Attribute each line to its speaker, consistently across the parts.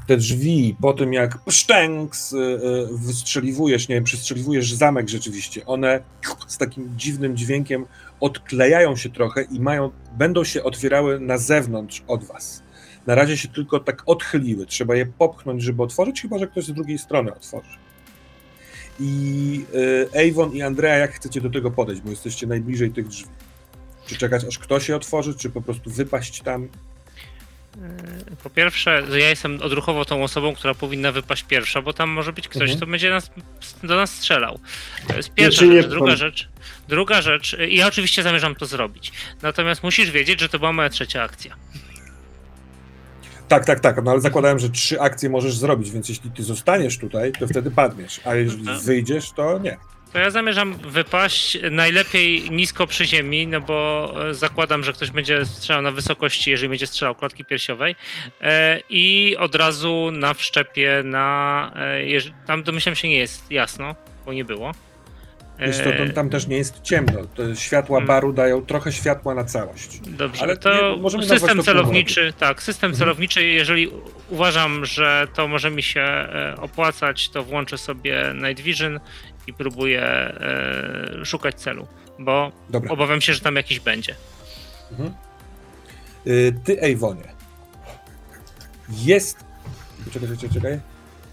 Speaker 1: te drzwi, po tym jak sztęks wystrzeliwujesz, nie wiem, przystrzeliwujesz zamek rzeczywiście, one z takim dziwnym dźwiękiem odklejają się trochę i będą się otwierały na zewnątrz od was. Na razie się tylko tak odchyliły, trzeba je popchnąć, żeby otworzyć, chyba że ktoś z drugiej strony otworzy. I Avon i Andrea, jak chcecie do tego podejść, bo jesteście najbliżej tych drzwi? Czy czekać, aż ktoś je otworzy, czy po prostu wypaść tam?
Speaker 2: Po pierwsze, ja jestem odruchowo tą osobą, która powinna wypaść pierwsza, bo tam może być ktoś, kto będzie do nas strzelał. To jest pierwsza rzecz. Druga rzecz, i ja oczywiście zamierzam to zrobić. Natomiast musisz wiedzieć, że to była moja trzecia akcja.
Speaker 1: Tak, no ale zakładałem, że 3 akcje możesz zrobić, więc jeśli ty zostaniesz tutaj, to wtedy padniesz, a jeżeli wyjdziesz, to nie.
Speaker 2: To ja zamierzam wypaść najlepiej nisko przy ziemi, no bo zakładam, że ktoś będzie strzelał na wysokości, jeżeli będzie strzelał klatki piersiowej i od razu na wszczepie tam domyślam się nie jest jasno, bo nie było.
Speaker 1: Wiesz co, tam też nie jest ciemno, te światła baru dają trochę światła na całość.
Speaker 2: Dobrze,
Speaker 1: ale
Speaker 2: to system celowniczy, system celowniczy, jeżeli uważam, że to może mi się opłacać, to włączę sobie Night Vision i próbuję szukać celu, bo obawiam się, że tam jakiś będzie.
Speaker 1: Ty, Avonie, jest... Czekaj.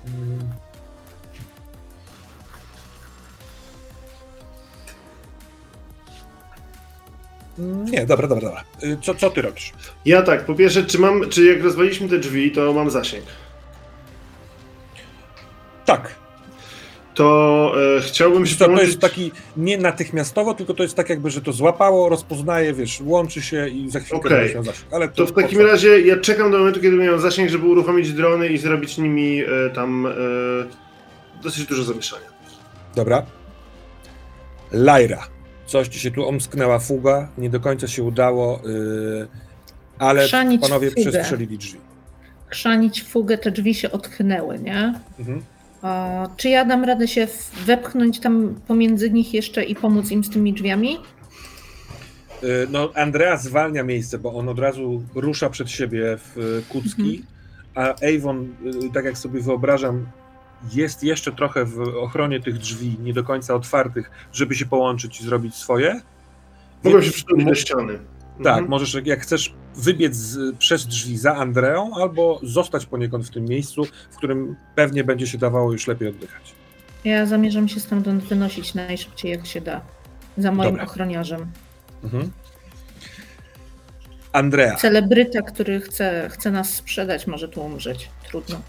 Speaker 1: Nie, dobra. Co ty robisz?
Speaker 3: Ja tak, po pierwsze, czy jak rozwaliliśmy te drzwi, to mam zasięg?
Speaker 1: Tak.
Speaker 3: To chciałbym się połączyć...
Speaker 1: To jest taki nie natychmiastowo, tylko to jest tak jakby, że to złapało, rozpoznaje, wiesz, łączy się i za chwilkę będzie miał zasięg. Ale
Speaker 3: to w takim razie ja czekam do momentu, kiedy miałem zasięg, żeby uruchomić drony i zrobić nimi dosyć dużo zamieszania.
Speaker 1: Dobra. Lyra. Coś ci się tu omsknęła fuga, nie do końca się udało, ale
Speaker 4: chrzanić
Speaker 1: panowie
Speaker 4: fugę.
Speaker 1: przestrzelili drzwi.
Speaker 4: Chrzanić fugę, te drzwi się odchnęły, nie? Czy ja dam radę się wepchnąć tam pomiędzy nich jeszcze i pomóc im z tymi drzwiami?
Speaker 1: No, Andrea zwalnia miejsce, bo on od razu rusza przed siebie w kucki, a Avon, tak jak sobie wyobrażam, jest jeszcze trochę w ochronie tych drzwi, nie do końca otwartych, żeby się połączyć i zrobić swoje.
Speaker 3: Mogę się przytulić do ściany.
Speaker 1: Tak, możesz, jak chcesz, wybiec przez drzwi za Andreą, albo zostać poniekąd w tym miejscu, w którym pewnie będzie się dawało już lepiej oddychać.
Speaker 4: Ja zamierzam się stamtąd wynosić najszybciej jak się da. Za moim ochroniarzem.
Speaker 1: Andrea.
Speaker 4: Celebryta, który chce nas sprzedać, może tu umrzeć. Trudno.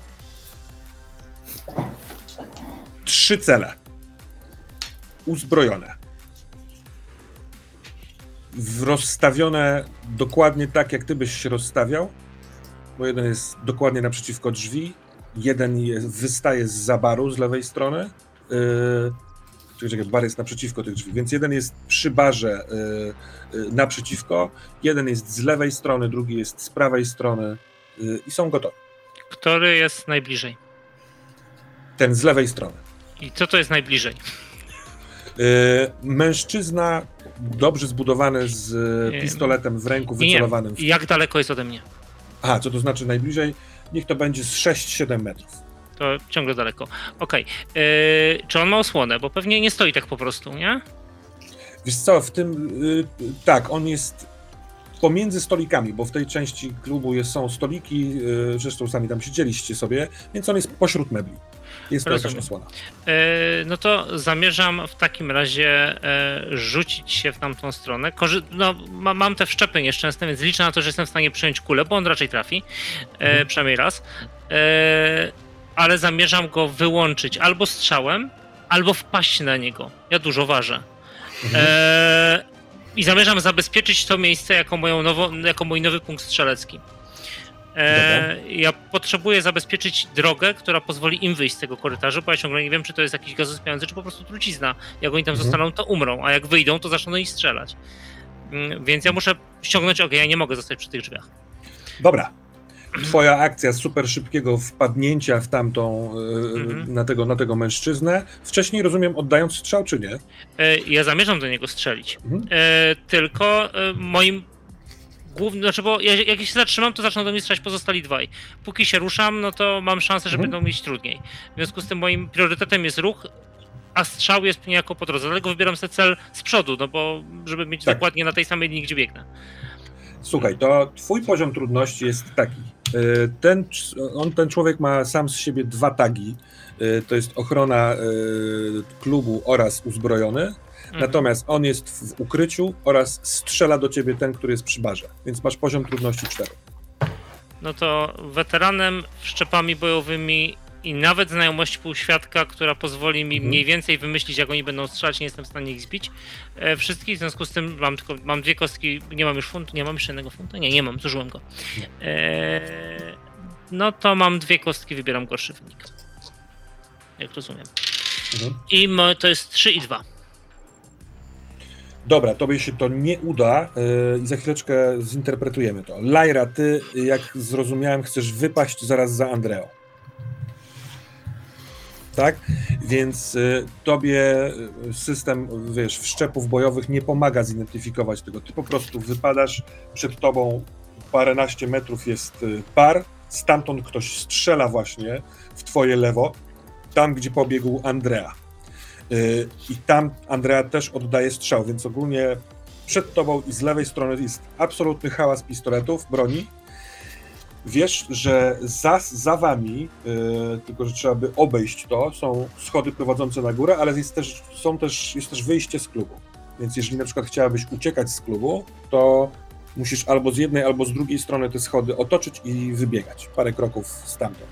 Speaker 1: 3 cele. Uzbrojone. Rozstawione dokładnie tak, jak ty byś się rozstawiał, bo jeden jest dokładnie naprzeciwko drzwi, jeden wystaje zza baru z lewej strony, bar jest naprzeciwko tych drzwi, więc jeden jest przy barze naprzeciwko, jeden jest z lewej strony, drugi jest z prawej strony i są gotowi.
Speaker 2: Który jest najbliżej?
Speaker 1: Ten z lewej strony.
Speaker 2: I co to jest najbliżej?
Speaker 1: Mężczyzna dobrze zbudowany z pistoletem w ręku wycelowanym.
Speaker 2: Jak daleko jest ode mnie?
Speaker 1: Aha, co to znaczy najbliżej? Niech to będzie z 6-7 metrów.
Speaker 2: To ciągle daleko. Okej. Czy on ma osłonę? Bo pewnie nie stoi tak po prostu, nie?
Speaker 1: Wiesz co, w tym... tak, on jest pomiędzy stolikami, bo w tej części klubu są stoliki, zresztą sami tam siedzieliście sobie, więc on jest pośród mebli. Jest to jakaś osłona.
Speaker 2: No to zamierzam w takim razie rzucić się w tamtą stronę. Mam te wszczepy nieszczęsne, więc liczę na to, że jestem w stanie przyjąć kulę, bo on raczej trafi, przynajmniej raz. Ale zamierzam go wyłączyć albo strzałem, albo wpaść na niego. Ja dużo ważę. I zamierzam zabezpieczyć to miejsce jako mój nowy punkt strzelecki. Ja potrzebuję zabezpieczyć drogę, która pozwoli im wyjść z tego korytarza, bo ja ciągle nie wiem, czy to jest jakiś gaz usypiający, czy po prostu trucizna. Jak oni tam zostaną, to umrą, a jak wyjdą, to zaczną do nich strzelać. Więc ja muszę ściągnąć ogień, ja nie mogę zostać przy tych drzwiach.
Speaker 1: Dobra. Twoja akcja super szybkiego wpadnięcia w tamtą, na tego mężczyznę. Wcześniej, rozumiem, oddając strzał, czy nie?
Speaker 2: Ja zamierzam do niego strzelić. Tylko moim główny, znaczy, bo jak się zatrzymam, to zaczną do mnie strzelać pozostali dwaj. Póki się ruszam, no to mam szansę, że będą mieć trudniej. W związku z tym moim priorytetem jest ruch, a strzał jest niejako po drodze. Dlatego wybieram sobie cel z przodu, no bo żeby mieć dokładnie na tej samej linii, gdzie biegnę.
Speaker 1: Słuchaj, to twój poziom trudności jest taki. Ten człowiek ma sam z siebie 2 tagi. To jest ochrona klubu oraz uzbrojony. Natomiast on jest w ukryciu oraz strzela do ciebie ten, który jest przy barze. Więc masz poziom trudności 4.
Speaker 2: No to weteranem, szczepami bojowymi i nawet znajomość półświadka, która pozwoli mi mniej więcej wymyślić, jak oni będą strzelać, nie jestem w stanie ich zbić. Wszystkich, w związku z tym mam 2 kostki, nie mam już funtu, nie mam jeszcze jednego funta? Nie mam, zużyłem go. No to mam 2 kostki, wybieram gorszy wynik. Jak rozumiem. I to jest 3 i 2.
Speaker 1: Dobra, tobie się to nie uda i za chwileczkę zinterpretujemy to. Lyra, ty, jak zrozumiałem, chcesz wypaść zaraz za Andreą. Tak? Więc tobie system, wiesz, wszczepów bojowych nie pomaga zidentyfikować tego. Ty po prostu wypadasz, przed tobą paręnaście metrów jest par, stamtąd ktoś strzela właśnie w twoje lewo, tam gdzie pobiegł Andrea. I tam Andrea też oddaje strzał, więc ogólnie przed tobą i z lewej strony jest absolutny hałas pistoletów, broni. Wiesz, że za wami, tylko że trzeba by obejść to, są schody prowadzące na górę, ale jest też wyjście z klubu. Więc jeżeli na przykład chciałabyś uciekać z klubu, to musisz albo z jednej, albo z drugiej strony te schody otoczyć i wybiegać parę kroków stamtąd.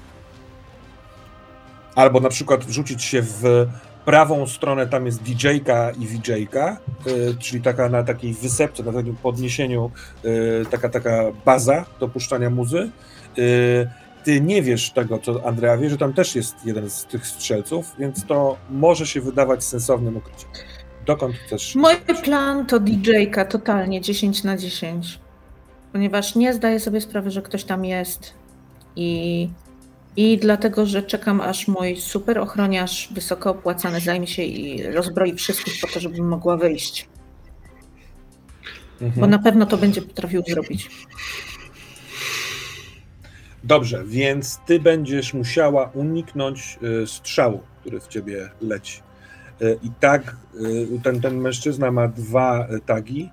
Speaker 1: Albo na przykład wrzucić się w prawą stronę, tam jest DJ-ka i VJ-ka, czyli taka na takiej wysepce, na takim podniesieniu, taka baza do puszczania muzy. Ty nie wiesz tego, co Andrea wie, że tam też jest jeden z tych strzelców, więc to może się wydawać sensownym ukryciem. Dokąd chcesz?
Speaker 4: Mój plan to DJ-ka totalnie 10/10, ponieważ nie zdaję sobie sprawy, że ktoś tam jest i dlatego, że czekam, aż mój super ochroniarz wysoko opłacany zajmie się i rozbroi wszystkich po to, żebym mogła wyjść. Bo na pewno to będzie potrafił zrobić.
Speaker 1: Dobrze, więc ty będziesz musiała uniknąć strzału, który w ciebie leci. I tak ten mężczyzna ma 2 tagi.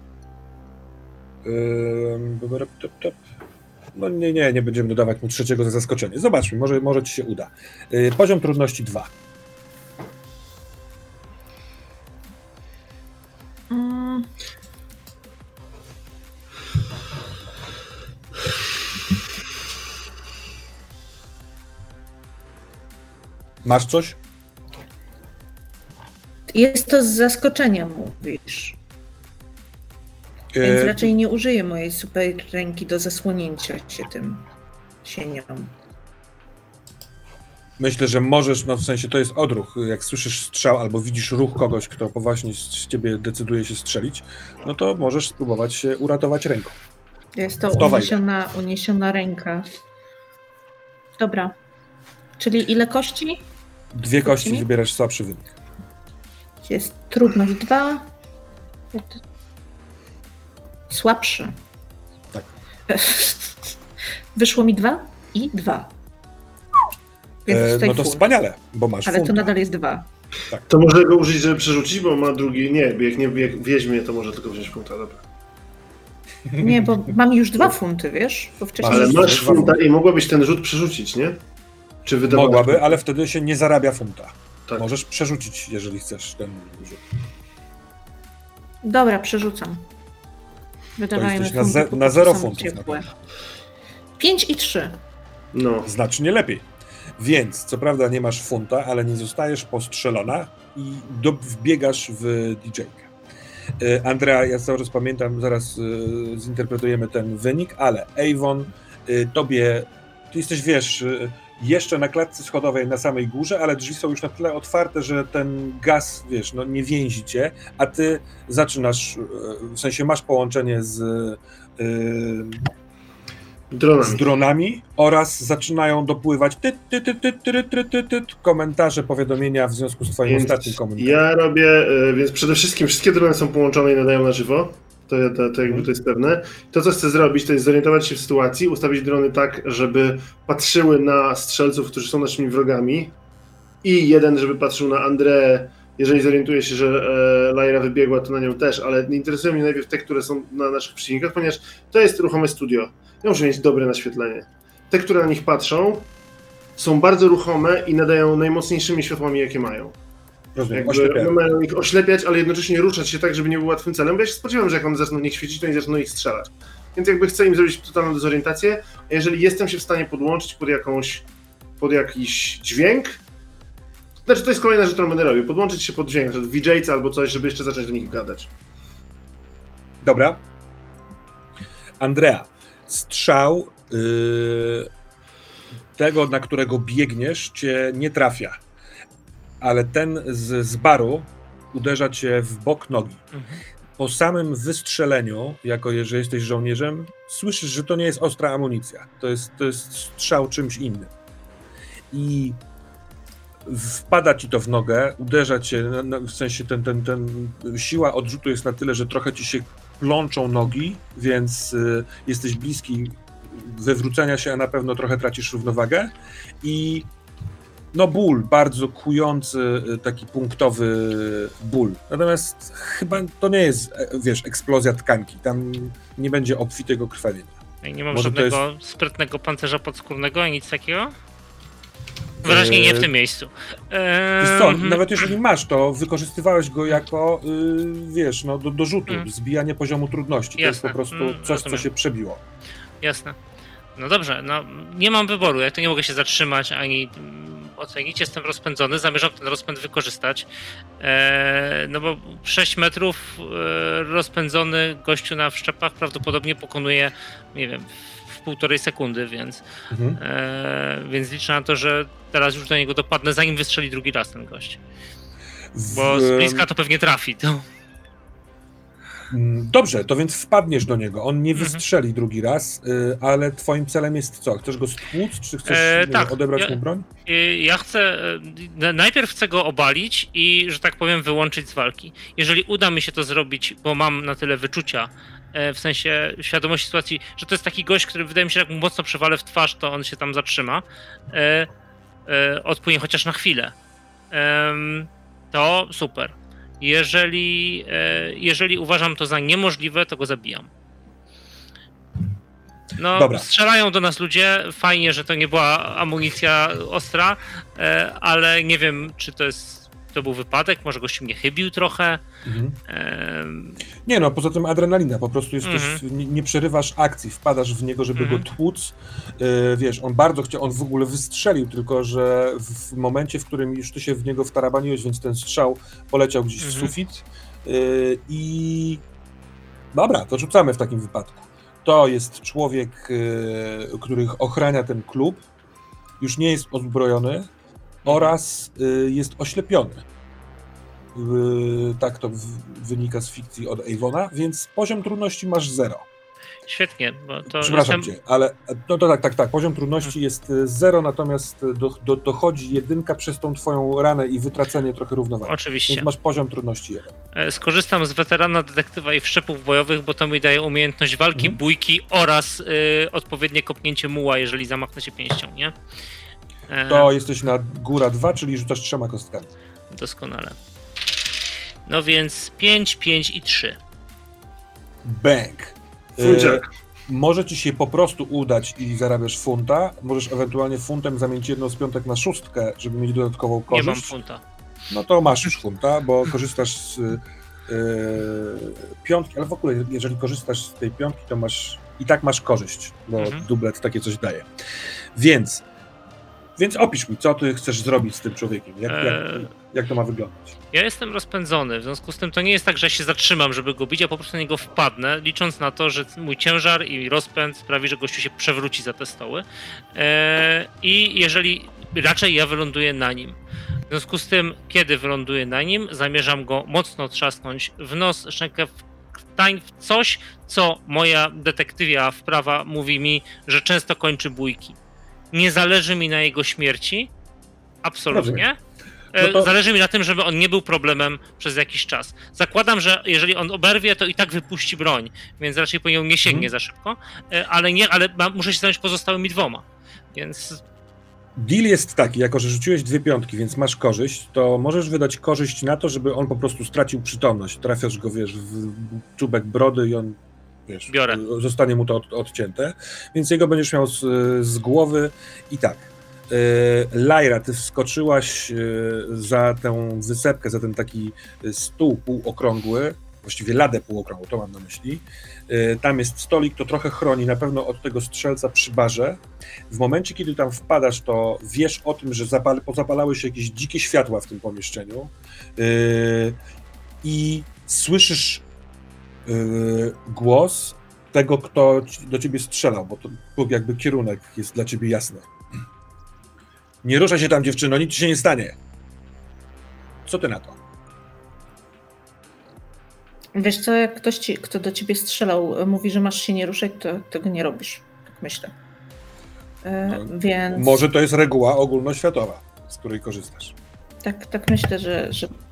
Speaker 1: No nie będziemy dodawać mu 3 za zaskoczenie. Zobaczmy, może ci się uda. Poziom trudności 2. Masz coś?
Speaker 4: Jest to z zaskoczenia, mówisz. Więc raczej nie użyję mojej super ręki do zasłonięcia się tym sieniom.
Speaker 1: Myślę, że możesz, no w sensie to jest odruch. Jak słyszysz strzał albo widzisz ruch kogoś, kto poważnie z ciebie decyduje się strzelić, no to możesz spróbować się uratować ręką.
Speaker 4: Jest to uniesiona ręka. Dobra. Czyli ile kości?
Speaker 1: 2 kości, wybierasz słabszy wynik.
Speaker 4: Jest trudność 2. Słabszy.
Speaker 1: Tak.
Speaker 4: Wyszło mi 2 i 2.
Speaker 1: No to wspaniale, bo masz
Speaker 4: ale
Speaker 1: funta.
Speaker 4: to nadal jest 2.
Speaker 3: Tak. To może go użyć, żeby przerzucić, bo ma drugi... Nie, jak weźmie, to może tylko wziąć funta, dobra.
Speaker 4: Nie, bo mam już 2 funty, wiesz? Bo wcześniej
Speaker 3: ale masz funta i mogłabyś ten rzut przerzucić, nie? Czy wydawać?
Speaker 1: Mogłaby, ale wtedy się nie zarabia funta.
Speaker 3: Tak.
Speaker 1: Możesz przerzucić, jeżeli chcesz ten rzut.
Speaker 4: Dobra, przerzucam. Wydawajmy
Speaker 1: na 0 funtów.
Speaker 4: 5 i 3.
Speaker 1: No. Znacznie lepiej. Więc, co prawda nie masz funta, ale nie zostajesz postrzelona i wbiegasz w DJ-kę. Andrea, ja cały czas pamiętam, zaraz zinterpretujemy ten wynik, ale Avon, ty jesteś, wiesz, jeszcze na klatce schodowej na samej górze, ale drzwi są już na tyle otwarte, że ten gaz, wiesz, no nie więzi cię, a ty zaczynasz, w sensie masz połączenie z dronami oraz zaczynają dopływać komentarze, powiadomienia w związku z twoim ostatnim komunikatem.
Speaker 3: Ja robię, więc przede wszystkim wszystkie drony są połączone i nadają na żywo. To jakby to jest pewne. To, co chcę zrobić, to jest zorientować się w sytuacji, ustawić drony tak, żeby patrzyły na strzelców, którzy są naszymi wrogami i jeden, żeby patrzył na Andrę. Jeżeli zorientuje się, że Lyra wybiegła, to na nią też, ale interesują mnie najpierw te, które są na naszych przeciwnikach, ponieważ to jest ruchome studio. Ja muszę mieć dobre naświetlenie. Te, które na nich patrzą, są bardzo ruchome i nadają najmocniejszymi światłami, jakie mają. Jakby mają ich oślepiać, ale jednocześnie ruszać się tak, żeby nie był łatwym celem, bo ja się spodziewam, że jak one zaczną w nich świecić, to oni zaczną ich strzelać. Więc jakby chcę im zrobić totalną dezorientację, a jeżeli jestem się w stanie podłączyć pod jakiś dźwięk, znaczy to jest kolejna rzecz, którą będę robił, podłączyć się pod dźwięk, na przykład VJ-ce albo coś, żeby jeszcze zacząć do nich gadać.
Speaker 1: Dobra. Andrea, strzał tego, na którego biegniesz, cię nie trafia. Ale ten z baru uderza cię w bok nogi. Po samym wystrzeleniu, jako że jesteś żołnierzem, słyszysz, że to nie jest ostra amunicja. To jest strzał czymś innym. I wpada ci to w nogę, uderza cię, w sensie ten siła odrzutu jest na tyle, że trochę ci się plączą nogi, więc jesteś bliski wywrócenia się, a na pewno trochę tracisz równowagę i no ból, bardzo kujący, taki punktowy ból. Natomiast chyba to nie jest, wiesz, eksplozja tkanki, tam nie będzie obfitego krwawienia.
Speaker 2: I nie mam żadnego sprytnego pancerza podskórnego, ani nic takiego? Wyraźnie nie w tym miejscu.
Speaker 1: Co, nawet jeżeli masz, to wykorzystywałeś go jako, wiesz, no, do rzutu, zbijanie poziomu trudności. To jest po prostu coś, co się przebiło.
Speaker 2: Jasne. No dobrze, no nie mam wyboru, ja tu nie mogę się zatrzymać, ani ocenić, jestem rozpędzony, zamierzam ten rozpęd wykorzystać, no bo 6 metrów rozpędzony gościu na wszczepach prawdopodobnie pokonuje, nie wiem, w 1,5 sekundy, więc liczę na to, że teraz już do niego dopadnę, zanim wystrzeli drugi raz ten gość. Bo z bliska to pewnie trafi. To...
Speaker 1: Dobrze, to więc wpadniesz do niego. On nie wystrzeli drugi raz, ale twoim celem jest co? Chcesz go stłuc, czy chcesz odebrać mu broń?
Speaker 2: Ja najpierw chcę go obalić i, że tak powiem, wyłączyć z walki. Jeżeli uda mi się to zrobić, bo mam na tyle wyczucia, w sensie świadomości sytuacji, że to jest taki gość, który wydaje mi się, że jak mu mocno przewalę w twarz, to on się tam zatrzyma, odpłynie chociaż na chwilę. To super. Jeżeli uważam to za niemożliwe, to go zabijam. No, dobra. Strzelają do nas ludzie, fajnie, że to nie była amunicja ostra, ale nie wiem, czy to był wypadek, może gościu mnie chybił trochę.
Speaker 1: Nie no, poza tym adrenalina, po prostu jesteś, nie przerywasz akcji, wpadasz w niego, żeby go tłuc. Wiesz, on bardzo chciał, on w ogóle wystrzelił, tylko że w momencie, w którym już ty się w niego wtarabaniłeś, więc ten strzał poleciał gdzieś w sufit. I dobra, to rzucamy w takim wypadku. To jest człowiek, który ochrania ten klub, już nie jest uzbrojony oraz jest oślepiony. Tak to wynika z fikcji od Avona, więc poziom trudności masz 0.
Speaker 2: Świetnie, bo to
Speaker 1: przepraszam cię, ale no to tak, poziom trudności jest 0, natomiast dochodzi 1 przez tą twoją ranę i wytracenie trochę równowagi.
Speaker 2: Oczywiście.
Speaker 1: Więc masz poziom trudności 1.
Speaker 2: Skorzystam z weterana detektywa i wszczepów bojowych, bo to mi daje umiejętność walki, bójki oraz odpowiednie kopnięcie muła, jeżeli zamachnę się pięścią, nie?
Speaker 1: To jesteś na góra 2, czyli rzucasz 3 kostkami.
Speaker 2: Doskonale. No więc 5, 5 i 3.
Speaker 1: Bang! Może ci się po prostu udać i zarabiasz funta, możesz ewentualnie funtem zamienić 1 z 5 na 6, żeby mieć dodatkową korzyść.
Speaker 2: Nie mam funta.
Speaker 1: No to masz już funta, bo korzystasz z 5, ale w ogóle jeżeli korzystasz z tej 5, to masz korzyść, bo dublet takie coś daje. Więc opisz mi, co ty chcesz zrobić z tym człowiekiem, jak to ma wyglądać?
Speaker 2: Ja jestem rozpędzony, w związku z tym to nie jest tak, że się zatrzymam, żeby go bić, a po prostu na niego wpadnę, licząc na to, że mój ciężar i rozpęd sprawi, że gościu się przewróci za te stoły. I jeżeli raczej ja wyląduję na nim. W związku z tym, kiedy wyląduję na nim, zamierzam go mocno trzasnąć w nos, szczękę, w coś, co moja detektywia wprawa mówi mi, że często kończy bójki. Nie zależy mi na jego śmierci, absolutnie. Zależy mi na tym, żeby on nie był problemem przez jakiś czas. Zakładam, że jeżeli on oberwie, to i tak wypuści broń, więc raczej po nią nie sięgnie za szybko, ale muszę się zająć pozostałymi 2. Więc...
Speaker 1: Deal jest taki, jako że rzuciłeś 2 piątki, więc masz korzyść, to możesz wydać korzyść na to, żeby on po prostu stracił przytomność. Trafiasz go, wiesz, w czubek brody i on, wiesz, zostanie mu to odcięte, więc jego będziesz miał z głowy i tak. Lyra, ty wskoczyłaś za tę wysepkę, za ten taki stół półokrągły, właściwie ladę półokrągłą, to mam na myśli. Tam jest stolik, to trochę chroni na pewno od tego strzelca przy barze. W momencie, kiedy tam wpadasz, to wiesz o tym, że pozapalały się jakieś dzikie światła w tym pomieszczeniu i słyszysz głos tego, kto do ciebie strzelał, bo to jakby kierunek jest dla ciebie jasny. Nie ruszaj się tam, dziewczyno, nic ci się nie stanie. Co ty na to?
Speaker 4: Wiesz co, jak ktoś kto do ciebie strzelał, mówi, że masz się nie ruszać, to tego nie robisz, tak myślę. Więc...
Speaker 1: Może to jest reguła ogólnoświatowa, z której korzystasz.
Speaker 4: Tak myślę, że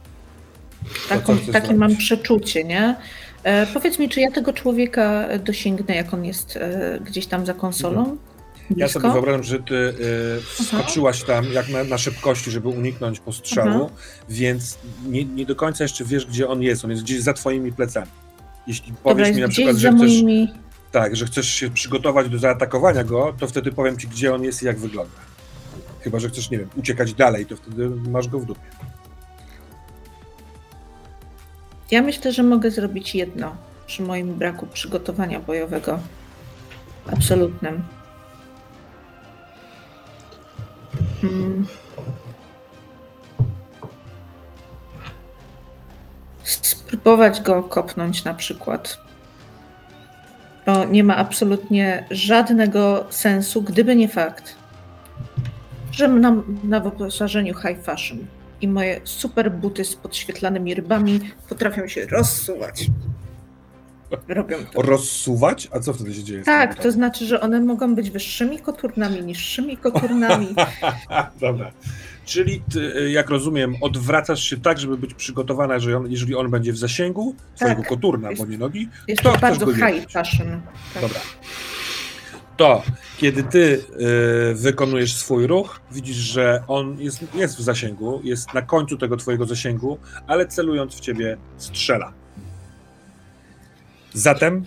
Speaker 4: takie mam przeczucie, nie? Powiedz mi, czy ja tego człowieka dosięgnę, jak on jest gdzieś tam za konsolą?
Speaker 1: Ja sobie wyobrażam, że ty wskoczyłaś tam jak na szybkości, żeby uniknąć postrzału, więc nie do końca jeszcze wiesz, gdzie on jest. On jest gdzieś za twoimi plecami. Jeśli powiesz mi na przykład, że chcesz, że chcesz się przygotować do zaatakowania go, to wtedy powiem ci, gdzie on jest i jak wygląda. Chyba że chcesz, nie wiem, uciekać dalej, to wtedy masz go w dupie.
Speaker 4: Ja myślę, że mogę zrobić jedno przy moim braku przygotowania bojowego. Absolutnym. Spróbować go kopnąć na przykład. To nie ma absolutnie żadnego sensu, gdyby nie fakt, że na wyposażeniu high fashion i moje super buty z podświetlanymi rybami potrafią się rozsuwać. Robią to.
Speaker 1: Rozsuwać? A co wtedy się dzieje?
Speaker 4: Tak, to znaczy, że one mogą być wyższymi koturnami, niższymi koturnami.
Speaker 1: Dobra. Czyli ty, jak rozumiem, odwracasz się tak, żeby być przygotowana, że jeżeli on będzie w zasięgu twojego koturna, bo nie nogi,
Speaker 4: jest to bardzo high fashion. Tak.
Speaker 1: Dobra. To, kiedy ty wykonujesz swój ruch, widzisz, że on jest w zasięgu, jest na końcu tego twojego zasięgu, ale celując w ciebie strzela. Zatem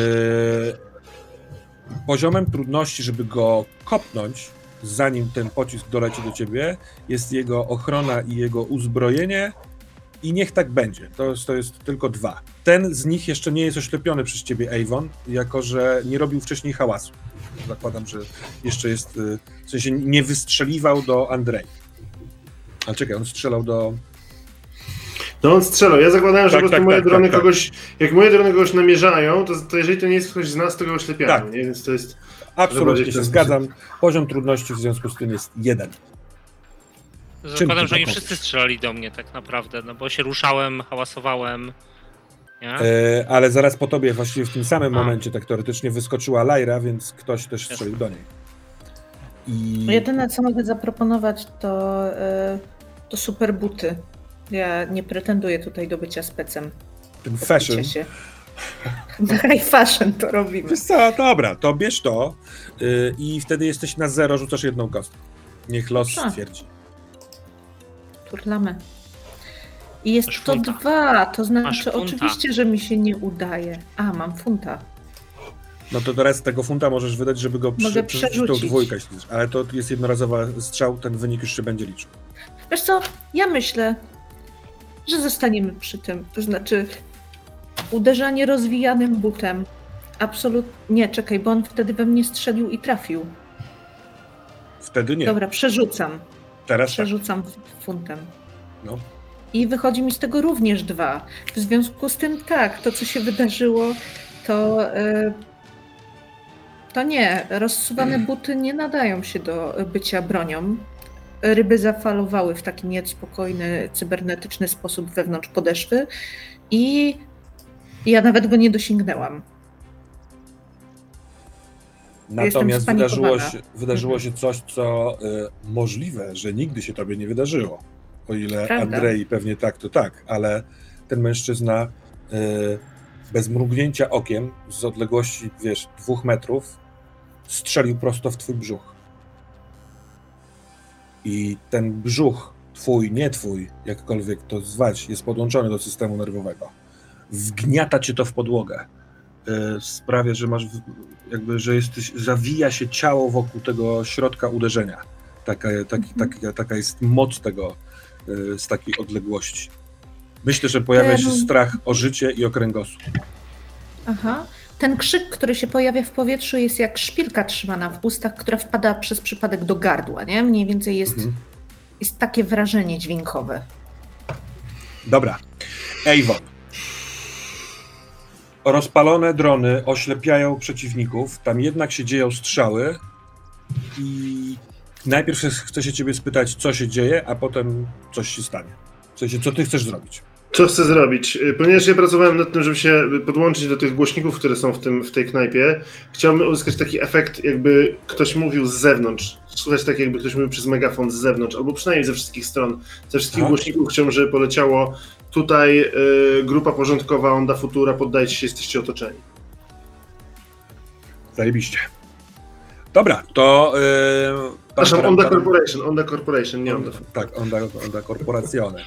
Speaker 1: poziomem trudności, żeby go kopnąć, zanim ten pocisk doleci do ciebie, jest jego ochrona i jego uzbrojenie i niech tak będzie. To jest tylko 2. Ten z nich jeszcze nie jest oślepiony przez ciebie, Avon, jako że nie robił wcześniej hałasu. Zakładam, że jeszcze jest, w sensie nie wystrzeliwał do Andrei. A czekaj, on strzelał do...
Speaker 3: No on strzelał. Ja zakładałem, że po prostu moje drony kogoś, jak moje drony kogoś namierzają, to jeżeli to nie jest ktoś z nas, to go oślepiają,
Speaker 1: tak.
Speaker 3: Nie? Więc to jest...
Speaker 1: Absolutnie się zgadzam. Poziom trudności w związku z tym jest 1.
Speaker 2: Zakładam, że oni wszyscy strzelali do mnie tak naprawdę, no bo się ruszałem, hałasowałem.
Speaker 1: Ale zaraz po tobie, właściwie w tym samym momencie, tak teoretycznie wyskoczyła Lyra, więc ktoś też strzelił do niej.
Speaker 4: Jedyne, co mogę zaproponować, to super buty. Ja nie pretenduję tutaj do bycia specem.
Speaker 1: Ten fashion.
Speaker 4: High fashion to robimy.
Speaker 1: Wiesz co, dobra, to bierz to i wtedy jesteś na 0, rzucasz 1 kostkę. Niech los stwierdzi.
Speaker 4: Turlamy. I jest to 2, to znaczy oczywiście, że mi się nie udaje. A, mam funta.
Speaker 1: No to teraz tego funta możesz wydać, żeby go przerzucić tą 2, ale to jest jednorazowy strzał, ten wynik już się będzie liczył.
Speaker 4: Wiesz co, ja myślę, że zostaniemy przy tym. To znaczy uderzanie rozwijanym butem. Absolutnie. Nie, czekaj, bo on wtedy we mnie strzelił i trafił.
Speaker 1: Wtedy nie.
Speaker 4: Dobra, przerzucam.
Speaker 1: Teraz
Speaker 4: przerzucam funtem.
Speaker 1: No.
Speaker 4: I wychodzi mi z tego również 2. W związku z tym tak, to co się wydarzyło, to nie. Rozsuwane buty nie nadają się do bycia bronią. Ryby zafalowały w taki niespokojny, cybernetyczny sposób wewnątrz podeszwy i ja nawet go nie dosięgnęłam.
Speaker 1: Natomiast wydarzyło się coś, co możliwe, że nigdy się tobie nie wydarzyło. O ile
Speaker 4: Prawda.
Speaker 1: Andrzej pewnie tak, to tak, ale ten mężczyzna bez mrugnięcia okiem z odległości, 2 metrów strzelił prosto w twój brzuch. I ten brzuch, twój, nie twój, jakkolwiek to zwać, jest podłączony do systemu nerwowego. Wgniata cię to w podłogę. Sprawia, że masz że zawija się ciało wokół tego środka uderzenia. Taka jest moc tego z takiej odległości. Myślę, że pojawia się strach o życie i o kręgosłup.
Speaker 4: Aha. Ten krzyk, który się pojawia w powietrzu, jest jak szpilka trzymana w ustach, która wpada przez przypadek do gardła, nie? Mniej więcej jest takie wrażenie dźwiękowe.
Speaker 1: Dobra. Eivor. Rozpalone drony oślepiają przeciwników, tam jednak się dzieją strzały i najpierw chcę się ciebie spytać, co się dzieje, a potem coś się stanie. W sensie, co ty chcesz zrobić?
Speaker 3: Co chcę zrobić? Ponieważ ja pracowałem nad tym, żeby się podłączyć do tych głośników, które są w tej knajpie, chciałbym uzyskać taki efekt, jakby ktoś mówił z zewnątrz. Słuchać tak, jakby ktoś mówił przez megafon z zewnątrz, albo przynajmniej ze wszystkich stron. Ze wszystkich głośników chciałbym, żeby poleciało tutaj grupa porządkowa Onda Futura, poddajcie się, jesteście otoczeni.
Speaker 1: Zajebiście. Dobra, to...
Speaker 3: Przepraszam, Onda Corporation, nie Onda Futura.
Speaker 1: Tak, Onda Corporazione.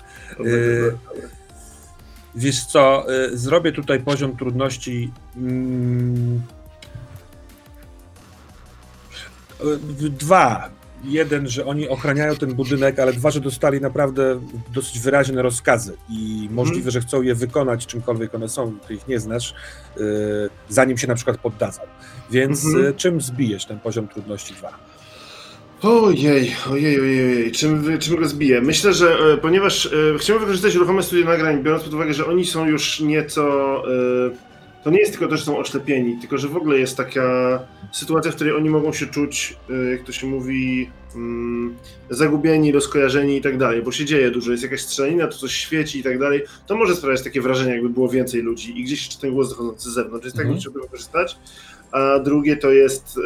Speaker 1: Wiesz co, zrobię tutaj poziom trudności 2. 1, że oni ochraniają ten budynek, ale 2, że dostali naprawdę dosyć wyraźne rozkazy i możliwe, że chcą je wykonać, czymkolwiek one są, ty ich nie znasz, zanim się na przykład poddadzą. Więc czym zbijesz ten poziom trudności 2?
Speaker 3: Ojej, czym go zbiję? Myślę, że ponieważ chciałbym wykorzystać ruchome studia nagrań, biorąc pod uwagę, że oni są już nieco... To nie jest tylko to, że są oślepieni, tylko że w ogóle jest taka sytuacja, w której oni mogą się czuć, jak to się mówi, zagubieni, rozkojarzeni i tak dalej, bo się dzieje dużo, jest jakaś strzelanina, to coś świeci i tak dalej, to może sprawiać takie wrażenie, jakby było więcej ludzi i gdzieś jeszcze ten głos zachodzący z zewnątrz, jest tak, żeby wykorzystać. A drugie to jest...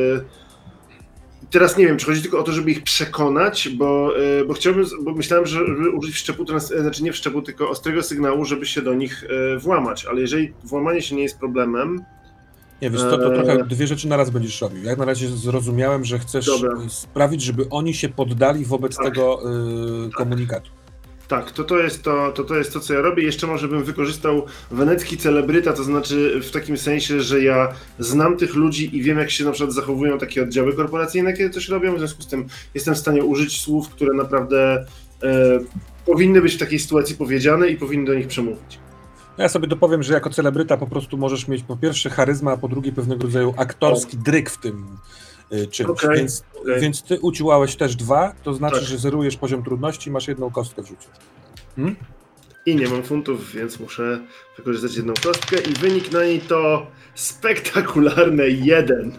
Speaker 3: Teraz nie wiem, czy chodzi tylko o to, żeby ich przekonać, bo myślałem, żeby użyć wszczepu, znaczy nie wszczepu, tylko ostrego sygnału, żeby się do nich włamać, ale jeżeli włamanie się nie jest problemem...
Speaker 1: Nie, wiesz co, to trochę 2 rzeczy naraz będziesz robił. Jak na razie zrozumiałem, że chcesz sprawić, żeby oni się poddali wobec tego komunikatu.
Speaker 3: Tak, to jest to, co ja robię. Jeszcze może bym wykorzystał wenecki celebryta, to znaczy w takim sensie, że ja znam tych ludzi i wiem, jak się na przykład zachowują takie oddziały korporacyjne, kiedy coś robią, w związku z tym jestem w stanie użyć słów, które naprawdę powinny być w takiej sytuacji powiedziane i powinny do nich przemówić.
Speaker 1: Ja sobie dopowiem, że jako celebryta po prostu możesz mieć po pierwsze charyzmę, a po drugie pewnego rodzaju aktorski dryk w tym czymś. Więc ty uciłałeś też 2, to znaczy, że zerujesz poziom trudności i masz 1 kostkę w rzucie.
Speaker 3: I nie mam funtów, więc muszę wykorzystać 1 kostkę i wynik na niej to spektakularne 1.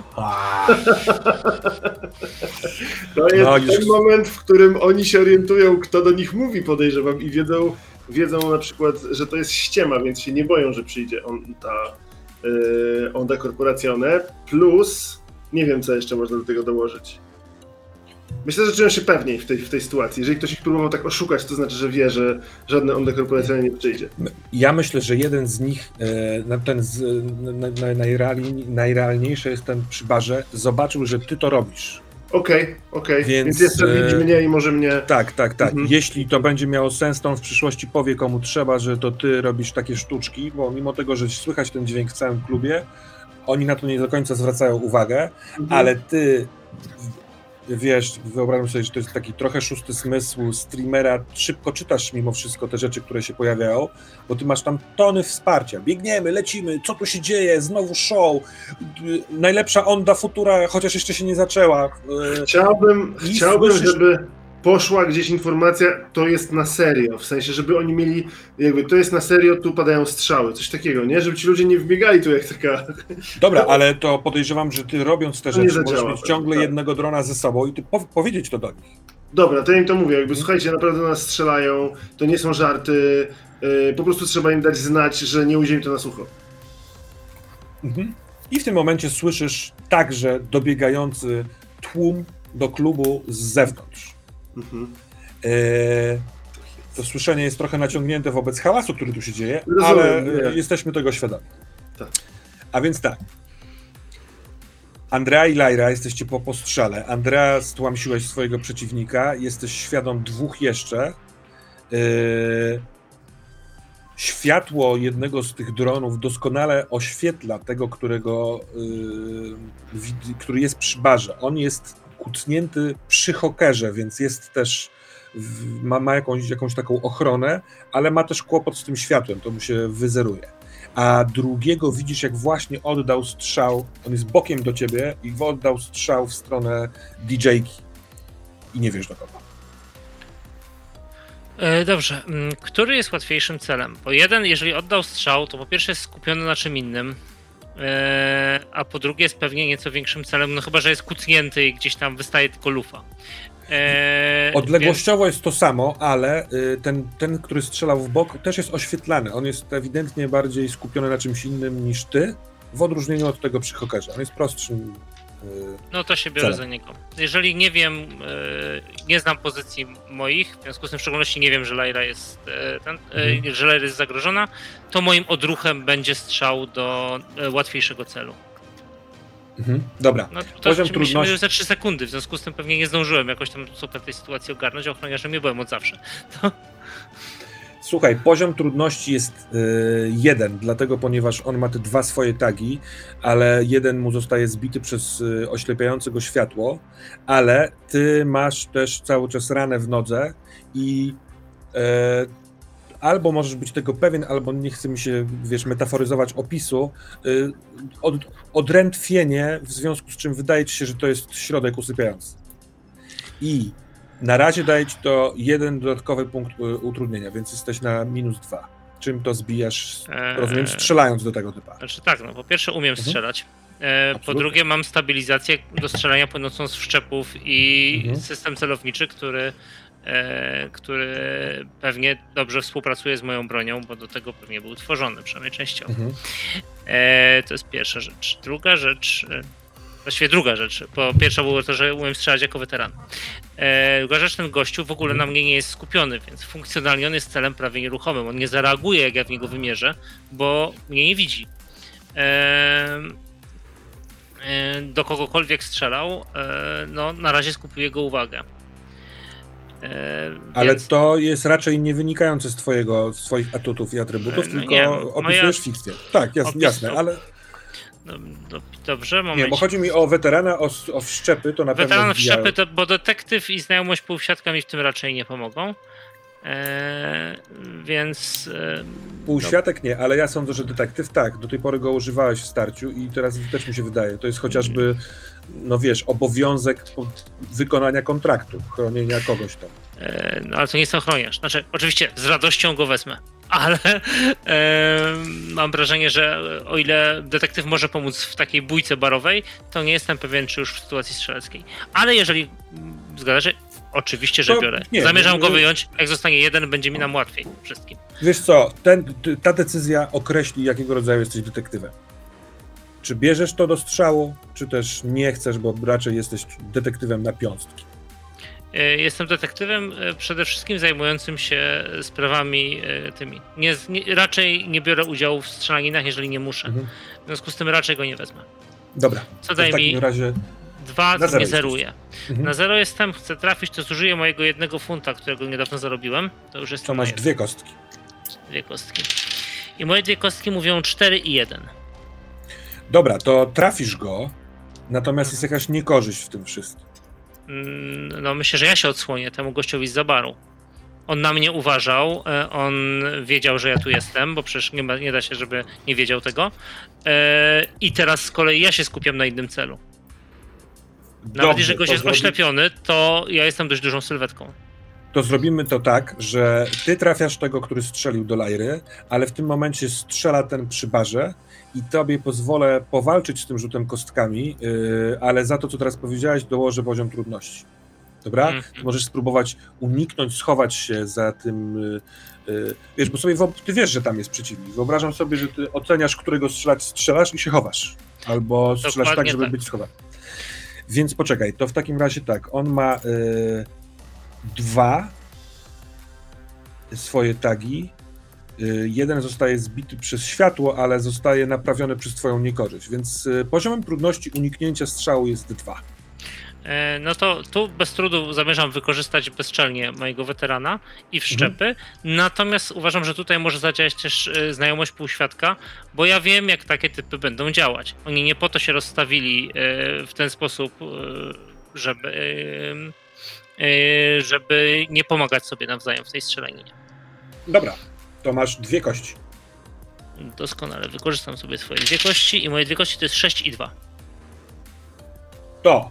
Speaker 3: To jest ten moment, w którym oni się orientują, kto do nich mówi, podejrzewam, i wiedzą na przykład, że to jest ściema, więc się nie boją, że przyjdzie Onda Corporazione, plus nie wiem, co jeszcze można do tego dołożyć. Myślę, że czują się pewniej w tej sytuacji. Jeżeli ktoś ich próbował tak oszukać, to znaczy, że wie, że żadne Onda Corporazione nie przyjdzie. Ja
Speaker 1: myślę, że jeden z nich, najrealniejszy jest ten przy barze, zobaczył, że ty to robisz.
Speaker 3: Okej. Więc jeszcze widzi mnie i może mnie...
Speaker 1: Tak. Jeśli to będzie miało sens, to on w przyszłości powie, komu trzeba, że to ty robisz takie sztuczki, bo mimo tego, że słychać ten dźwięk w całym klubie, oni na to nie do końca zwracają uwagę, ale ty wiesz, wyobrażam sobie, że to jest taki trochę szósty zmysł streamera, szybko czytasz mimo wszystko te rzeczy, które się pojawiają, bo ty masz tam tony wsparcia, biegniemy, lecimy, co tu się dzieje, znowu show, najlepsza Onda Futura, chociaż jeszcze się nie zaczęła.
Speaker 3: Chciałbym, żeby poszła gdzieś informacja, to jest na serio, w sensie, żeby oni mieli, jakby to jest na serio, tu padają strzały, coś takiego, nie? Żeby ci ludzie nie wbiegali tu jak taka...
Speaker 1: Dobra, ale to podejrzewam, że ty robiąc te rzeczy, możesz mieć ciągle jednego drona ze sobą i ty powiedzieć to do nich. Dobra,
Speaker 3: to ja im to mówię, jakby słuchajcie, naprawdę do nas strzelają, to nie są żarty, po prostu trzeba im dać znać, że nie ujdzie im to na sucho.
Speaker 1: I w tym momencie słyszysz także dobiegający tłum do klubu z zewnątrz. To słyszenie jest trochę naciągnięte wobec hałasu, który tu się dzieje, ale jesteśmy tego świadomi.
Speaker 3: Tak.
Speaker 1: A więc tak. Andrea i Lyra, jesteście po postrzale. Andrea, stłamsiłeś swojego przeciwnika, jesteś świadom 2 jeszcze. Światło jednego z tych dronów doskonale oświetla tego, który jest przy barze. On jest kucnięty przy hokerze, więc jest też, ma jakąś taką ochronę, ale ma też kłopot z tym światłem, to mu się wyzeruje. A drugiego widzisz, jak właśnie oddał strzał, on jest bokiem do ciebie i oddał strzał w stronę DJ-ki. I nie wiesz do kogo.
Speaker 2: Dobrze. Który jest łatwiejszym celem? Bo jeden, jeżeli oddał strzał, to po pierwsze jest skupiony na czym innym, a po drugie jest pewnie nieco większym celem, no chyba, że jest kucnięty i gdzieś tam wystaje tylko lufa.
Speaker 1: Odległościowo jest to samo, ale ten, który strzelał w bok, też jest oświetlany. On jest ewidentnie bardziej skupiony na czymś innym niż ty, w odróżnieniu od tego przy hokerze. On jest prostszym
Speaker 2: no to się biorę
Speaker 1: celem.
Speaker 2: za niego. Jeżeli nie wiem, nie znam pozycji moich, w związku z tym w szczególności nie wiem, że Lyra jest, że Lyra jest zagrożona, to moim odruchem będzie strzał do łatwiejszego celu.
Speaker 1: Dobra.
Speaker 2: No to
Speaker 1: Poziom trudności
Speaker 2: za 3 sekundy, w związku z tym pewnie nie zdążyłem jakoś tam super tej sytuacji ogarnąć, a ochroniarzem nie byłem od zawsze.
Speaker 1: Słuchaj, poziom trudności jest 1, dlatego ponieważ on ma te 2 swoje tagi, ale jeden mu zostaje zbity przez oślepiające go światło, ale ty masz też cały czas ranę w nodze i albo możesz być tego pewien, albo nie chce mi się, metaforyzować opisu, odrętwienie, w związku z czym wydaje ci się, że to jest środek usypiający. I na razie daje ci to 1 dodatkowy punkt utrudnienia, więc jesteś na -2. Czym to zbijasz, rozumiem, strzelając do tego typa?
Speaker 2: Znaczy tak, no po pierwsze umiem strzelać, po drugie mam stabilizację do strzelania płynącą z wszczepów i system celowniczy, który pewnie dobrze współpracuje z moją bronią, bo do tego pewnie był tworzony, przynajmniej częściowo. To jest pierwsza rzecz. Druga rzecz, bo pierwsza było to, że umiem strzelać jako weteran. Druga rzecz, ten gościu w ogóle na mnie nie jest skupiony, więc funkcjonalnie on jest celem prawie nieruchomym. On nie zareaguje, jak ja w niego wymierzę, bo mnie nie widzi. Do kogokolwiek strzelał, no na razie skupuje jego uwagę.
Speaker 1: Ale
Speaker 2: więc...
Speaker 1: to jest raczej nie wynikające z twoich atutów i atrybutów, tylko opisujesz fikcję. Tak, jasne, ale...
Speaker 2: Dobrze,
Speaker 1: nie, bo chodzi mi o weterana, o wszczepy, to na pewno
Speaker 2: weteran wszczepy, bo detektyw i znajomość półświadka mi w tym raczej nie pomogą. Więc...
Speaker 1: Półświatek nie, ale ja sądzę, że detektyw tak. Do tej pory go używałeś w starciu i teraz też mi się wydaje. To jest chociażby, obowiązek wykonania kontraktu, chronienia kogoś tam.
Speaker 2: No ale to nie jest ochroniarz. Znaczy, oczywiście z radością go wezmę, ale mam wrażenie, że o ile detektyw może pomóc w takiej bójce barowej, to nie jestem pewien, czy już w sytuacji strzeleckiej. Ale jeżeli zgadza się, oczywiście, że biorę. Zamierzam go wyjąć. Jak zostanie 1, będzie mi nam łatwiej wszystkim.
Speaker 1: Wiesz co, ta decyzja określi, jakiego rodzaju jesteś detektywem. Czy bierzesz to do strzału, czy też nie chcesz, bo raczej jesteś detektywem na piąstki.
Speaker 2: Jestem detektywem przede wszystkim zajmującym się sprawami tymi. Raczej nie biorę udziału w strzelaninach, jeżeli nie muszę. W związku z tym raczej go nie wezmę.
Speaker 1: Dobra.
Speaker 2: Co daje mi
Speaker 1: razie
Speaker 2: 2, to nie zeruję. Na 0 jestem, chcę trafić, to zużyję mojego 1 funta, którego niedawno zarobiłem. To już jest.
Speaker 1: To masz 2 kostki.
Speaker 2: 2 kostki. I moje 2 kostki mówią 4 i 1.
Speaker 1: Dobra, to trafisz go, natomiast jest jakaś niekorzyść w tym wszystkim.
Speaker 2: No myślę, że ja się odsłonię temu gościowi z baru. On na mnie uważał, on wiedział, że ja tu jestem, bo przecież nie da się, żeby nie wiedział tego. I teraz z kolei ja się skupiam na innym celu. Nawet jeżeli gość jest oślepiony, to ja jestem dość dużą sylwetką.
Speaker 1: To zrobimy to tak, że ty trafiasz tego, który strzelił do Lyry, ale w tym momencie strzela ten przy barze i tobie pozwolę powalczyć z tym rzutem kostkami, ale za to, co teraz powiedziałeś, dołożę poziom trudności. Dobra? Możesz spróbować uniknąć, schować się za tym... Wiesz, bo sobie ty wiesz, że tam jest przeciwnik. Wyobrażam sobie, że ty oceniasz, którego strzelasz i się chowasz. Albo strzelasz dokładnie tak, żeby być schowany. Więc poczekaj, to w takim razie tak, on ma 2, swoje tagi. Jeden zostaje zbity przez światło, ale zostaje naprawiony przez twoją niekorzyść, więc poziomem trudności uniknięcia strzału jest 2.
Speaker 2: No to tu bez trudu zamierzam wykorzystać bezczelnie mojego weterana i wszczepy, natomiast uważam, że tutaj może zadziałać też znajomość półświadka, bo ja wiem, jak takie typy będą działać. Oni nie po to się rozstawili w ten sposób, żeby nie pomagać sobie nawzajem w tej strzelaninie.
Speaker 1: Dobra, to masz 2 kości.
Speaker 2: Doskonale, wykorzystam sobie swoje 2 kości i moje 2 kości to jest 6 i 2.
Speaker 1: To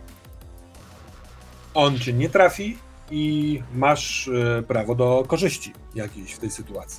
Speaker 1: on cię nie trafi i masz prawo do korzyści jakiejś w tej sytuacji.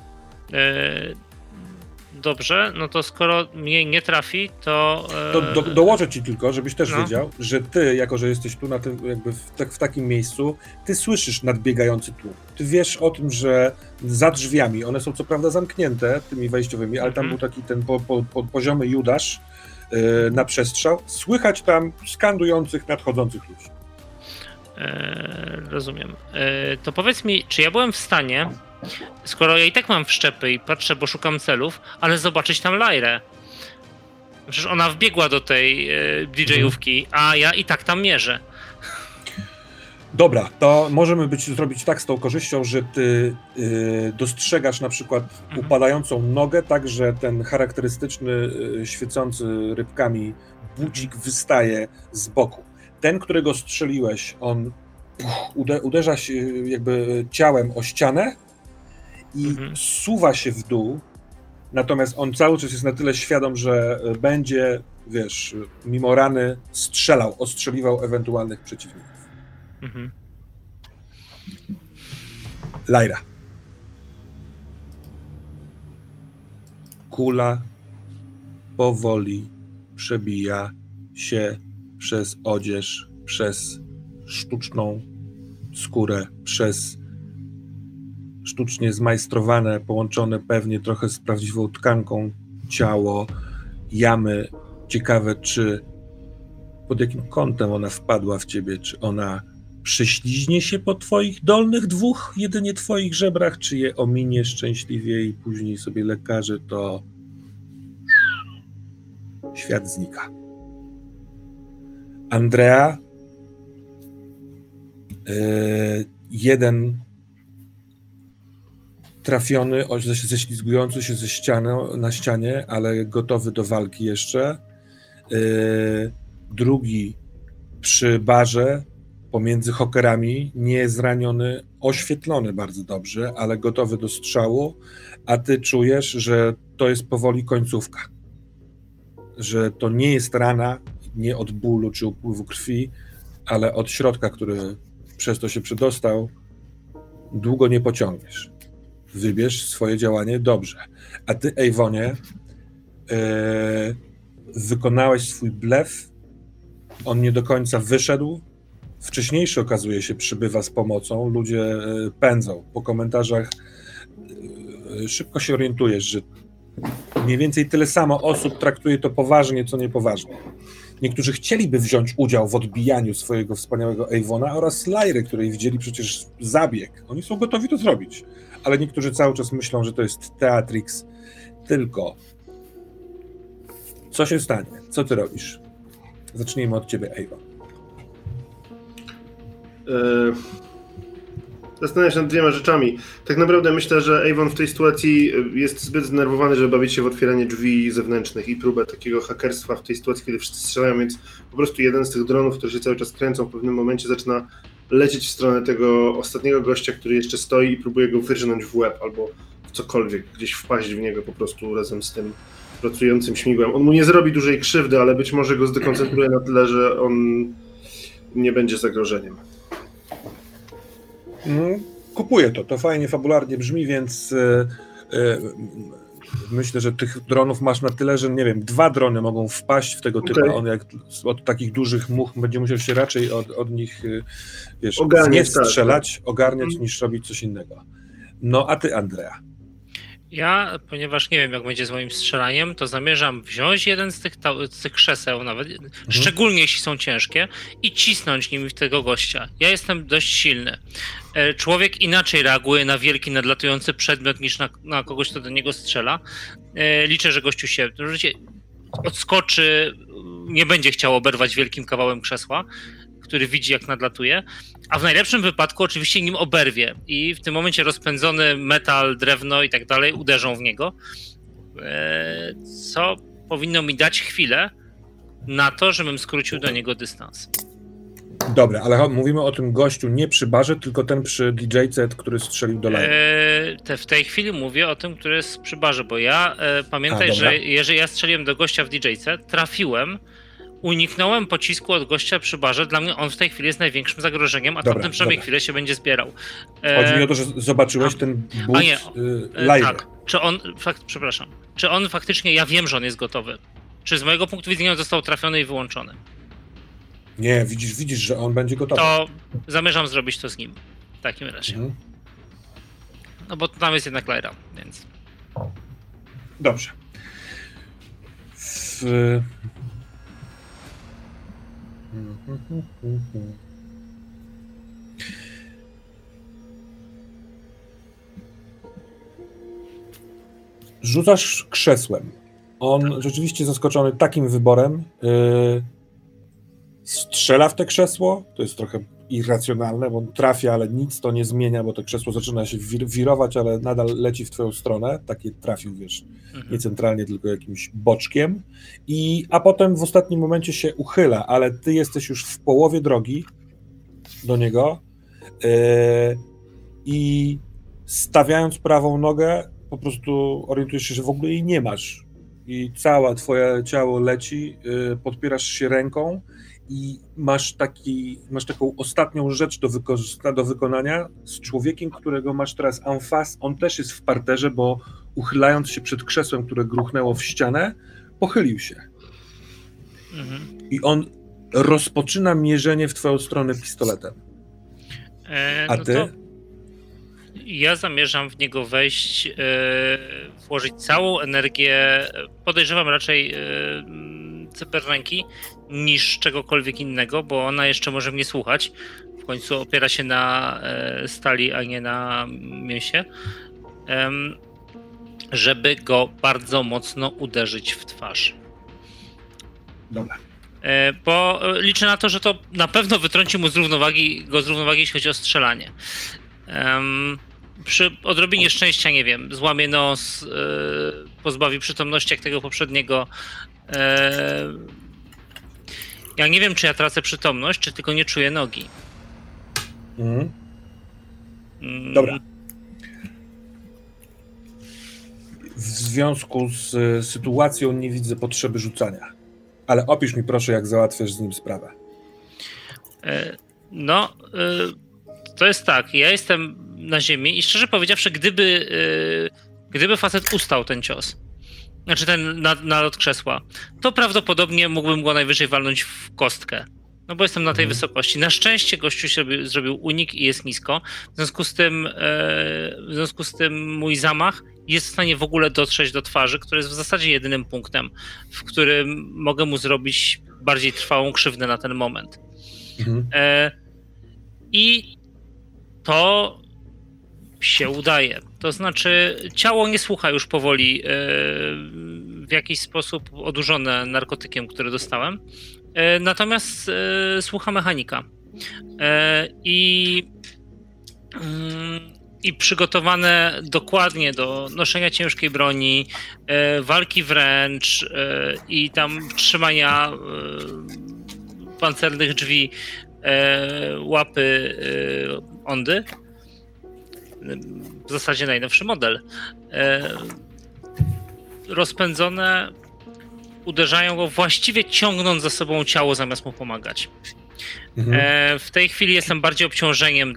Speaker 2: Dobrze, no to skoro mnie nie trafi, to...
Speaker 1: To dołożę ci tylko, żebyś też wiedział, że ty, jako że jesteś tu na tym, jakby w takim miejscu, ty słyszysz nadbiegający tłum. Ty wiesz o tym, że za drzwiami, one są co prawda zamknięte tymi wejściowymi, ale tam był taki ten poziomy Judasz na przestrzał. Słychać tam skandujących, nadchodzących ludzi.
Speaker 2: Rozumiem. To powiedz mi, czy ja byłem w stanie, skoro ja i tak mam wszczepy i patrzę, bo szukam celów, ale zobaczyć tam Lairę. Przecież ona wbiegła do tej DJ-ówki, a ja i tak tam mierzę.
Speaker 1: Dobra, to możemy zrobić tak z tą korzyścią, że ty dostrzegasz na przykład upadającą nogę, tak że ten charakterystyczny, świecący rybkami budzik wystaje z boku. Ten, którego strzeliłeś, on uderza się jakby ciałem o ścianę i zsuwa się w dół, natomiast on cały czas jest na tyle świadom, że będzie, wiesz, mimo rany ostrzeliwał ewentualnych przeciwników. Laira. Kula powoli przebija się przez odzież, przez sztuczną skórę, przez sztucznie zmajstrowane, połączone pewnie trochę z prawdziwą tkanką ciało jamy. Ciekawe, czy pod jakim kątem ona wpadła w ciebie, czy ona prześliźnie się po twoich dolnych 2 jedynie twoich żebrach, czy je ominie szczęśliwie i później sobie lekarze, to świat znika. Andrea, jeden trafiony, ześlizgujący się ze ściany, na ścianie, ale gotowy do walki jeszcze. Drugi przy barze, pomiędzy hokerami, nie zraniony, oświetlony bardzo dobrze, ale gotowy do strzału, a ty czujesz, że to jest powoli końcówka. Że to nie jest rana, nie od bólu czy upływu krwi, ale od środka, który przez to się przedostał, długo nie pociągniesz. Wybierz swoje działanie dobrze. A ty, Ejwonie, wykonałeś swój blef, on nie do końca wyszedł, wcześniejszy, okazuje się, przybywa z pomocą, ludzie pędzą. Po komentarzach szybko się orientujesz, że mniej więcej tyle samo osób traktuje to poważnie, co niepoważnie. Niektórzy chcieliby wziąć udział w odbijaniu swojego wspaniałego Eivona oraz Lairy, której widzieli przecież zabieg. Oni są gotowi to zrobić, ale niektórzy cały czas myślą, że to jest Teatrix. Tylko co się stanie? Co ty robisz? Zacznijmy od ciebie, Eivon.
Speaker 3: Zastanawiam się nad 2 rzeczami. Tak naprawdę myślę, że Eivon w tej sytuacji jest zbyt zdenerwowany, żeby bawić się w otwieranie drzwi zewnętrznych i próbę takiego hakerstwa w tej sytuacji, kiedy wszyscy strzelają, więc po prostu jeden z tych dronów, które się cały czas kręcą, w pewnym momencie zaczyna lecieć w stronę tego ostatniego gościa, który jeszcze stoi i próbuje go wyrżnąć w łeb albo w cokolwiek, gdzieś wpaść w niego po prostu razem z tym pracującym śmigłem. On mu nie zrobi dużej krzywdy, ale być może go zdekoncentruje na tyle, że on nie będzie zagrożeniem.
Speaker 1: Kupuję to fajnie fabularnie brzmi, więc myślę, że tych dronów masz na tyle, że nie wiem, 2 drony mogą wpaść w tego typu, on jak od takich dużych much będzie musiał się raczej od nich, wiesz, nie strzelać, ogarniać, niż robić coś innego. No, a ty, Andrea?
Speaker 2: Ja, ponieważ nie wiem, jak będzie z moim strzelaniem, to zamierzam wziąć jeden z tych krzeseł, nawet szczególnie jeśli są ciężkie, i cisnąć nimi w tego gościa. Ja jestem dość silny. Człowiek inaczej reaguje na wielki, nadlatujący przedmiot niż na kogoś, kto do niego strzela. Liczę, że gościu się odskoczy, nie będzie chciał oberwać wielkim kawałem krzesła, który widzi, jak nadlatuje, a w najlepszym wypadku oczywiście nim oberwie i w tym momencie rozpędzony metal, drewno i tak dalej uderzą w niego, co powinno mi dać chwilę na to, żebym skrócił do niego dystans.
Speaker 1: Dobra, ale mówimy o tym gościu nie przy barze, tylko ten przy DJ-ce, który strzelił do Lyry.
Speaker 2: W tej chwili mówię o tym, który jest przy barze, bo ja pamiętaj, że jeżeli ja strzeliłem do gościa w DJ-ce, trafiłem, uniknąłem pocisku od gościa przy barze. Dla mnie on w tej chwili jest największym zagrożeniem, a tamten przynajmniej chwilę się będzie zbierał.
Speaker 1: Chodzi mi o to, że zobaczyłeś ten but Lyry.
Speaker 2: Tak. Czy on faktycznie, ja wiem, że on jest gotowy. Czy z mojego punktu widzenia został trafiony i wyłączony?
Speaker 1: Nie, widzisz, że on będzie gotowy.
Speaker 2: To zamierzam zrobić to z nim. W takim razie. No bo tam jest jednak Lyra, więc...
Speaker 1: Dobrze. Rzucasz krzesłem. On rzeczywiście zaskoczony takim wyborem strzela w te krzesło. To jest trochę irracjonalne, bo on trafia, ale nic to nie zmienia, bo to krzesło zaczyna się wirować, ale nadal leci w twoją stronę. Takie trafił, wiesz, nie centralnie, tylko jakimś boczkiem. A potem w ostatnim momencie się uchyla, ale ty jesteś już w połowie drogi do niego i stawiając prawą nogę, po prostu orientujesz się, że w ogóle jej nie masz. I całe twoje ciało leci, podpierasz się ręką i masz taką ostatnią rzecz do wykonania z człowiekiem, którego masz teraz en face. On też jest w parterze, bo uchylając się przed krzesłem, które gruchnęło w ścianę, pochylił się. I on rozpoczyna mierzenie w twoją stronę pistoletem. A ty?
Speaker 2: No ja zamierzam w niego wejść, włożyć całą energię, podejrzewam raczej cyberręki, niż czegokolwiek innego, bo ona jeszcze może mnie słuchać. W końcu opiera się na stali, a nie na mięsie. Żeby go bardzo mocno uderzyć w twarz.
Speaker 1: Dobra.
Speaker 2: Bo liczę na to, że to na pewno wytrąci mu z równowagi, jeśli chodzi o strzelanie. Przy odrobinie szczęścia, nie wiem, złamie nos, pozbawi przytomności jak tego poprzedniego. Ja nie wiem, czy ja tracę przytomność, czy tylko nie czuję nogi.
Speaker 1: Dobra. W związku z sytuacją nie widzę potrzeby rzucania. Ale opisz mi proszę, jak załatwiasz z nim sprawę.
Speaker 2: To jest tak, ja jestem na ziemi i szczerze powiedziawszy, gdyby facet ustał ten cios, znaczy ten nalot krzesła, to prawdopodobnie mógłbym go najwyżej walnąć w kostkę. No bo jestem na tej wysokości. Na szczęście gościu zrobił unik i jest nisko. W związku z tym mój zamach jest w stanie w ogóle dotrzeć do twarzy, który jest w zasadzie jedynym punktem, w którym mogę mu zrobić bardziej trwałą krzywdę na ten moment. I to się udaje. To znaczy ciało nie słucha już powoli w jakiś sposób odurzone narkotykiem, który dostałem. Natomiast słucha mechanika. I przygotowane dokładnie do noszenia ciężkiej broni, walki wręcz i tam trzymania pancernych drzwi łapy Ondy. W zasadzie najnowszy model. Rozpędzone uderzają go, właściwie ciągnąc za sobą ciało, zamiast mu pomagać. W tej chwili jestem bardziej obciążeniem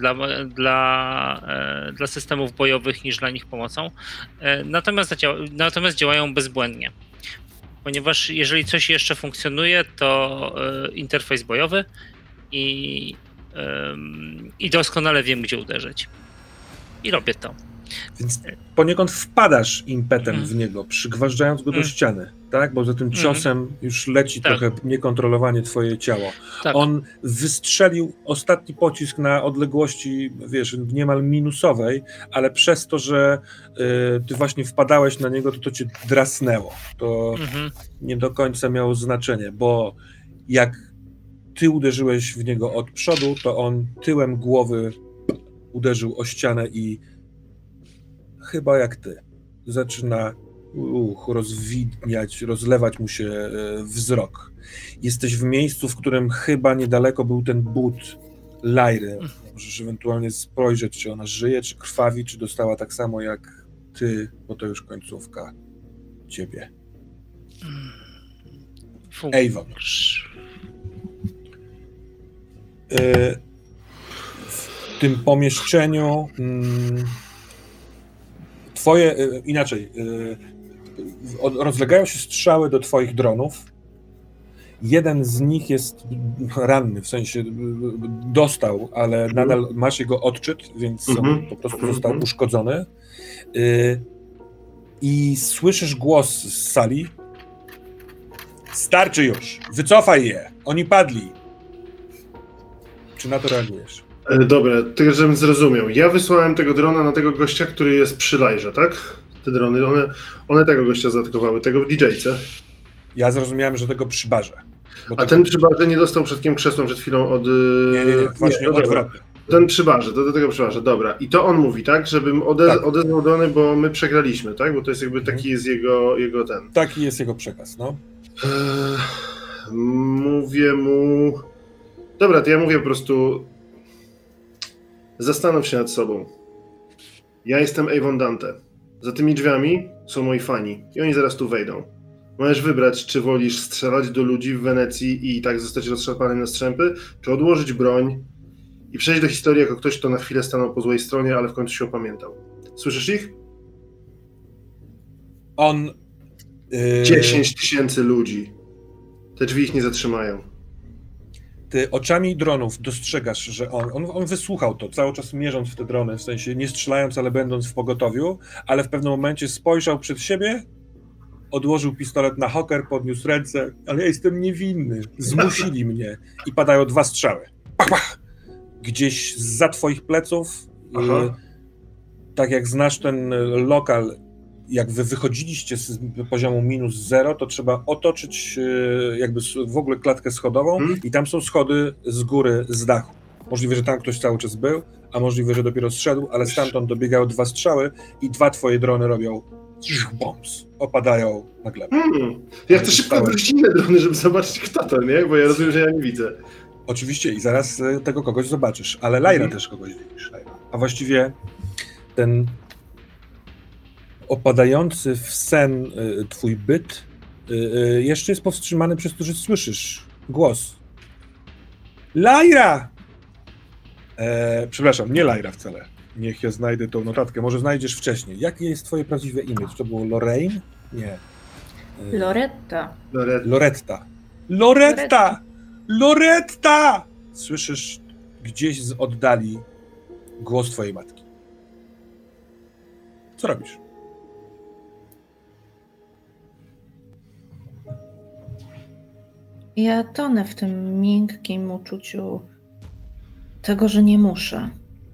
Speaker 2: dla systemów bojowych niż dla nich pomocą. Natomiast działają bezbłędnie. Ponieważ jeżeli coś jeszcze funkcjonuje, to interfejs bojowy i doskonale wiem, gdzie uderzyć. I robię to.
Speaker 1: Więc poniekąd wpadasz impetem w niego, przygważdżając go do ściany, tak? Bo za tym ciosem już leci trochę niekontrolowanie twoje ciało.
Speaker 2: Tak.
Speaker 1: On wystrzelił ostatni pocisk na odległości, wiesz, niemal minusowej, ale przez to, że ty właśnie wpadałeś na niego, to cię drasnęło. To nie do końca miało znaczenie, bo jak ty uderzyłeś w niego od przodu, to on tyłem głowy uderzył o ścianę i chyba jak ty. Zaczyna rozwidniać, rozlewać mu się wzrok. Jesteś w miejscu, w którym chyba niedaleko był ten but Lajry. Możesz ewentualnie spojrzeć, czy ona żyje, czy krwawi, czy dostała tak samo jak ty, bo to już końcówka ciebie. Avon. W tym pomieszczeniu rozlegają się strzały do twoich dronów. Jeden z nich jest ranny, w sensie dostał, ale nadal masz jego odczyt, więc po prostu został uszkodzony. I słyszysz głos z sali. Starczy już! Wycofaj je! Oni padli! Czy na to reagujesz?
Speaker 3: Dobra, tylko żebym zrozumiał. Ja wysłałem tego drona na tego gościa, który jest przy Lajrze, tak? Te drony, one tego gościa zaatakowały, tego w DJ-ce.
Speaker 1: Ja zrozumiałem, że tego przy barze.
Speaker 3: A ten przy barze nie dostał przedkiem krzesłem przed chwilą od...
Speaker 1: Nie, właśnie odwrotnie.
Speaker 3: Ten przy barze, to do tego przy barze, dobra. I to on mówi, tak? Żebym odezwał drony, bo my przegraliśmy, tak? Bo to jest jakby taki jest jego ten...
Speaker 1: Taki jest jego przekaz, no.
Speaker 3: Mówię mu... Dobra, to ja mówię po prostu... Zastanów się nad sobą. Ja jestem Avon Dante. Za tymi drzwiami są moi fani i oni zaraz tu wejdą. Możesz wybrać, czy wolisz strzelać do ludzi w Wenecji i tak zostać rozszarpany na strzępy, czy odłożyć broń i przejść do historii jako ktoś, kto na chwilę stanął po złej stronie, ale w końcu się opamiętał. Słyszysz ich? 10 000 ludzi. Te drzwi ich nie zatrzymają.
Speaker 1: Ty oczami dronów dostrzegasz, że on wysłuchał to, cały czas mierząc w te drony, w sensie nie strzelając, ale będąc w pogotowiu, ale w pewnym momencie spojrzał przed siebie, odłożył pistolet na hoker, podniósł ręce, ale ja jestem niewinny, zmusili mnie i padają 2 strzały. Pach, pach! Gdzieś zza twoich pleców, tak jak znasz ten lokal, jak wy wychodziliście z poziomu -0, to trzeba otoczyć jakby w ogóle klatkę schodową i tam są schody z góry, z dachu. Możliwe, że tam ktoś cały czas był, a możliwe, że dopiero zszedł, ale stamtąd dobiegają 2 strzały i 2 twoje drony robią bombs, opadają na glebę.
Speaker 3: Ja chcę szybko wrócić inne drony, żeby zobaczyć kto to, nie? Bo ja rozumiem, że ja nie widzę.
Speaker 1: Oczywiście i zaraz tego kogoś zobaczysz, ale Lajra też kogoś widzisz. A właściwie ten opadający w sen twój byt jeszcze jest powstrzymany przez to, że słyszysz głos. Lajra! Przepraszam, nie Lajra wcale. Niech ja znajdę tą notatkę. Może znajdziesz wcześniej. Jakie jest twoje prawdziwe imię? Czy to było Lorraine? Nie. Loretta! Słyszysz gdzieś z oddali głos twojej matki. Co robisz?
Speaker 4: Ja tonę w tym miękkim uczuciu tego, że nie muszę,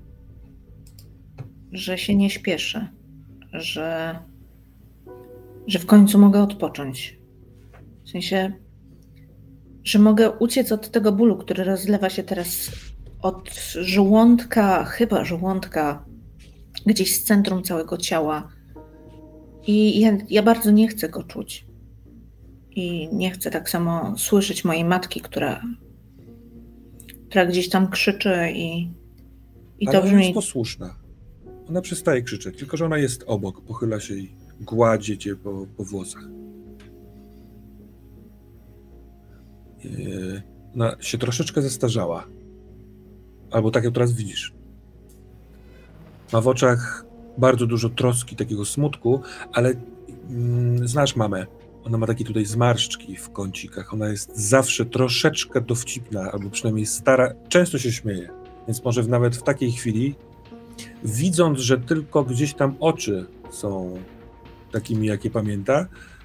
Speaker 4: że się nie śpieszę, że w końcu mogę odpocząć. W sensie, że mogę uciec od tego bólu, który rozlewa się teraz od żołądka, chyba żołądka, gdzieś z centrum całego ciała. I ja bardzo nie chcę go czuć. I nie chcę tak samo słyszeć mojej matki, która gdzieś tam krzyczy i to brzmi...
Speaker 1: Ona jest posłuszna. Ona przestaje krzyczeć, tylko że ona jest obok, pochyla się i gładzi cię po włosach. Ona się troszeczkę zestarzała. Albo tak jak teraz widzisz. Ma w oczach bardzo dużo troski, takiego smutku, ale znasz mamę. Ona ma takie tutaj zmarszczki w kącikach. Ona jest zawsze troszeczkę dowcipna, albo przynajmniej stara. Często się śmieje. Więc może nawet w takiej chwili widząc, że tylko gdzieś tam oczy są takimi, jakie pamięta,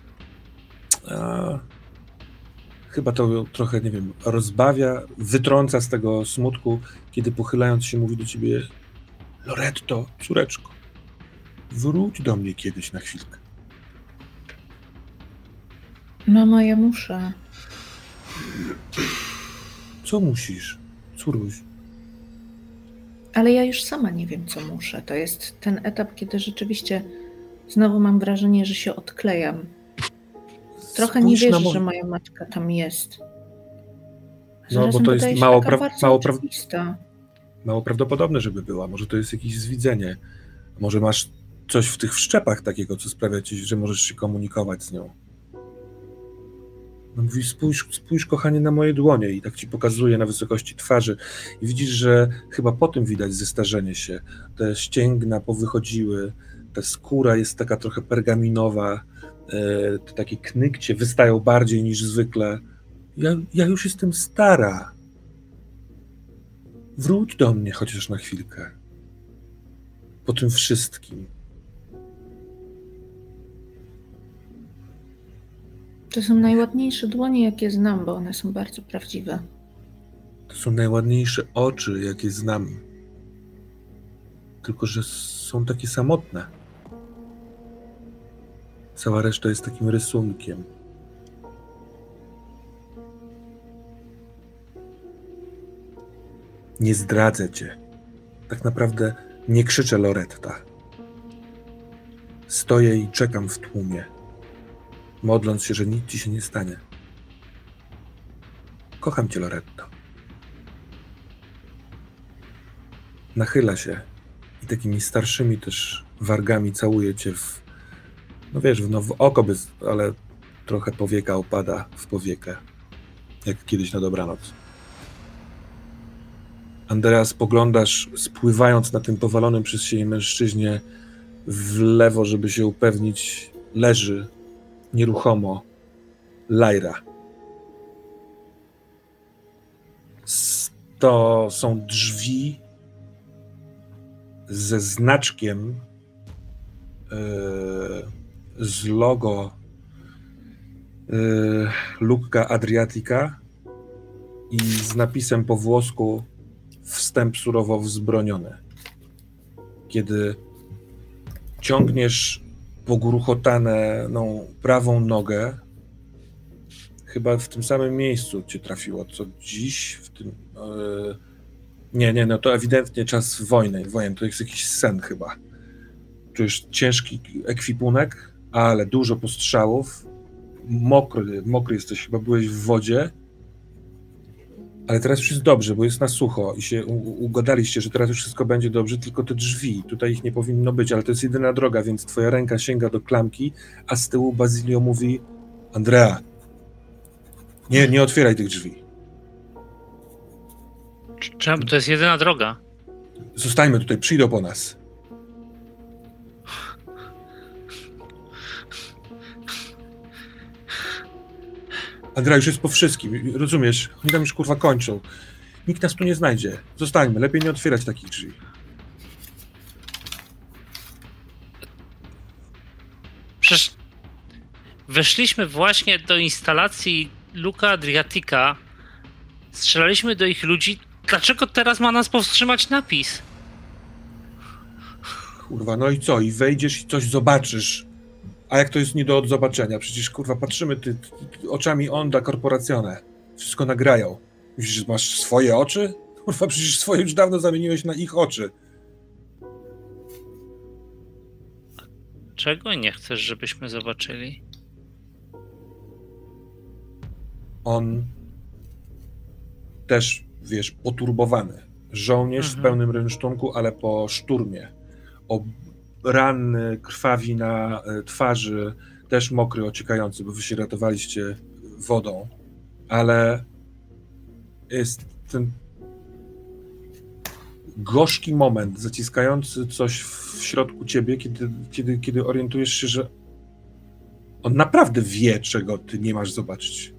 Speaker 1: chyba to trochę, nie wiem, rozbawia, wytrąca z tego smutku, kiedy pochylając się mówi do ciebie: Loretto, córeczko, wróć do mnie kiedyś na chwilkę.
Speaker 4: Mamo, ja muszę.
Speaker 1: Co musisz, córuś?
Speaker 4: Ale ja już sama nie wiem, co muszę. To jest ten etap, kiedy rzeczywiście znowu mam wrażenie, że się odklejam. Trochę nie wierzę, że moja matka tam jest.
Speaker 1: No, bo to jest mało
Speaker 4: oczywista.
Speaker 1: prawdopodobne, żeby była. Może to jest jakieś zwidzenie. Może masz coś w tych wszczepach takiego, co sprawia ci, że możesz się komunikować z nią. No, mówi: spójrz, kochanie, na moje dłonie, i tak ci pokazuje na wysokości twarzy i widzisz, że chyba po tym widać zestarzenie się. Te ścięgna powychodziły, ta skóra jest taka trochę pergaminowa, te takie knykcie wystają bardziej niż zwykle. Ja już jestem stara. Wróć do mnie chociaż na chwilkę. Po tym wszystkim.
Speaker 4: To są najładniejsze dłonie, jakie znam, bo one są bardzo prawdziwe.
Speaker 1: To są najładniejsze oczy, jakie znam. Tylko że są takie samotne. Cała reszta jest takim rysunkiem. Nie zdradzę cię. Tak naprawdę nie krzyczę Loretta. Stoję i czekam w tłumie, modląc się, że nic ci się nie stanie. Kocham cię, Loretto. Nachyla się i takimi starszymi też wargami całuje cię w oko, ale trochę powieka opada w powiekę, jak kiedyś na dobranoc. Andrea, spoglądasz, spływając na tym powalonym przez siebie mężczyźnie w lewo, żeby się upewnić, leży nieruchomo Lyra. To są drzwi ze znaczkiem z logo Lucca Adriatica i z napisem po włosku: wstęp surowo wzbroniony. Kiedy ciągniesz pogruchotaną prawą nogę, chyba w tym samym miejscu cię trafiło, co dziś, w tym... Nie, to ewidentnie czas wojny, to jest jakiś sen chyba. Czujesz ciężki ekwipunek, ale dużo postrzałów, mokry jesteś, chyba byłeś w wodzie, ale teraz już jest dobrze, bo jest na sucho i się ugadaliście, że teraz już wszystko będzie dobrze, tylko te drzwi, tutaj ich nie powinno być, ale to jest jedyna droga, więc twoja ręka sięga do klamki, a z tyłu Basilio mówi: Andrea, nie otwieraj tych drzwi.
Speaker 2: Czemu? To jest jedyna droga.
Speaker 1: Zostańmy tutaj, przyjdą po nas. Andrea, już jest po wszystkim, rozumiesz? Oni tam już kurwa kończą. Nikt nas tu nie znajdzie. Zostańmy, lepiej nie otwierać takich drzwi.
Speaker 2: Przecież weszliśmy właśnie do instalacji Lucca Adriatica, strzelaliśmy do ich ludzi. Dlaczego teraz ma nas powstrzymać napis?
Speaker 1: Kurwa, no i co? I wejdziesz i coś zobaczysz. A jak to jest nie do zobaczenia? Przecież kurwa patrzymy oczami Onda Corporazione. Wszystko nagrają. Myślisz, że masz swoje oczy? Kurwa, przecież swoje już dawno zamieniłeś na ich oczy.
Speaker 2: Czego nie chcesz, żebyśmy zobaczyli?
Speaker 1: On też, wiesz, poturbowany. Żołnierz w pełnym rynsztunku, ale po szturmie. Ranny, krwawi na twarzy, też mokry, ociekający, bo wy się ratowaliście wodą. Ale jest ten gorzki moment, zaciskający coś w środku ciebie, kiedy orientujesz się, że on naprawdę wie, czego ty nie masz zobaczyć.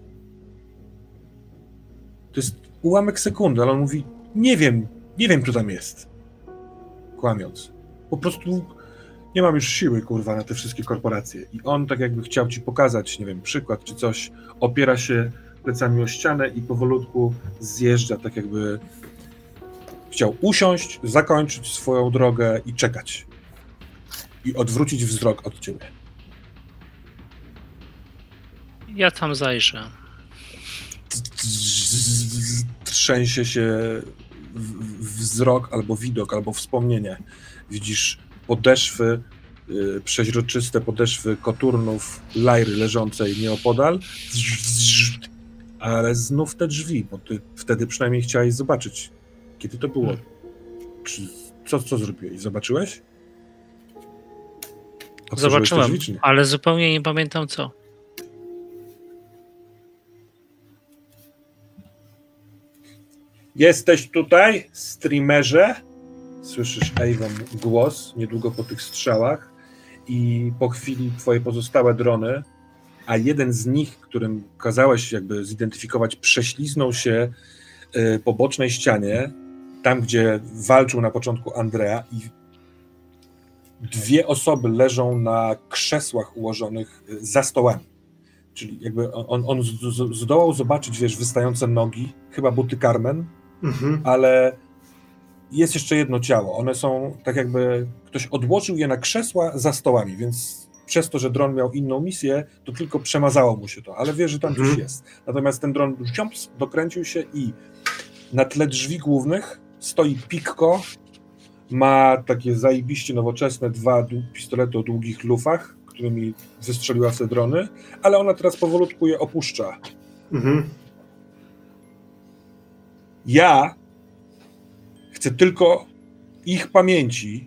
Speaker 1: To jest ułamek sekundy, ale on mówi: nie wiem, co tam jest. kłamiąc. Po prostu nie mam już siły, kurwa, na te wszystkie korporacje. I on tak jakby chciał ci pokazać, nie wiem, przykład czy coś, opiera się plecami o ścianę i powolutku zjeżdża, tak jakby chciał usiąść, zakończyć swoją drogę i czekać. I odwrócić wzrok od ciebie.
Speaker 2: Ja tam zajrzę.
Speaker 1: Trzęsie się wzrok, albo widok, albo wspomnienie. Widzisz podeszwy, przeźroczyste podeszwy koturnów Lajry leżącej nieopodal, ale znów te drzwi, bo ty wtedy przynajmniej chciałeś zobaczyć, kiedy to było. Co zrobiłeś? Zobaczyłeś?
Speaker 2: Zobaczyłem,
Speaker 1: drzwi,
Speaker 2: ale zupełnie nie pamiętam co.
Speaker 1: Jesteś tutaj, streamerze? Słyszysz, Avon, głos niedługo po tych strzałach i po chwili twoje pozostałe drony, a jeden z nich, którym kazałeś jakby zidentyfikować, prześliznął się po bocznej ścianie, tam gdzie walczył na początku Andrea, i dwie osoby leżą na krzesłach ułożonych za stołami. Czyli jakby on zdołał zobaczyć, wiesz, wystające nogi, chyba buty Carmen, ale jest jeszcze jedno ciało. One są tak jakby ktoś odłożył je na krzesła za stołami, więc przez to, że dron miał inną misję, to tylko przemazało mu się to, ale wie, że tam coś jest. Natomiast ten dron dokręcił się i na tle drzwi głównych stoi Pikko, ma takie zajebiście nowoczesne 2 pistolety o długich lufach, którymi wystrzeliła te drony, ale ona teraz powolutku je opuszcza. Ja chcę tylko ich pamięci,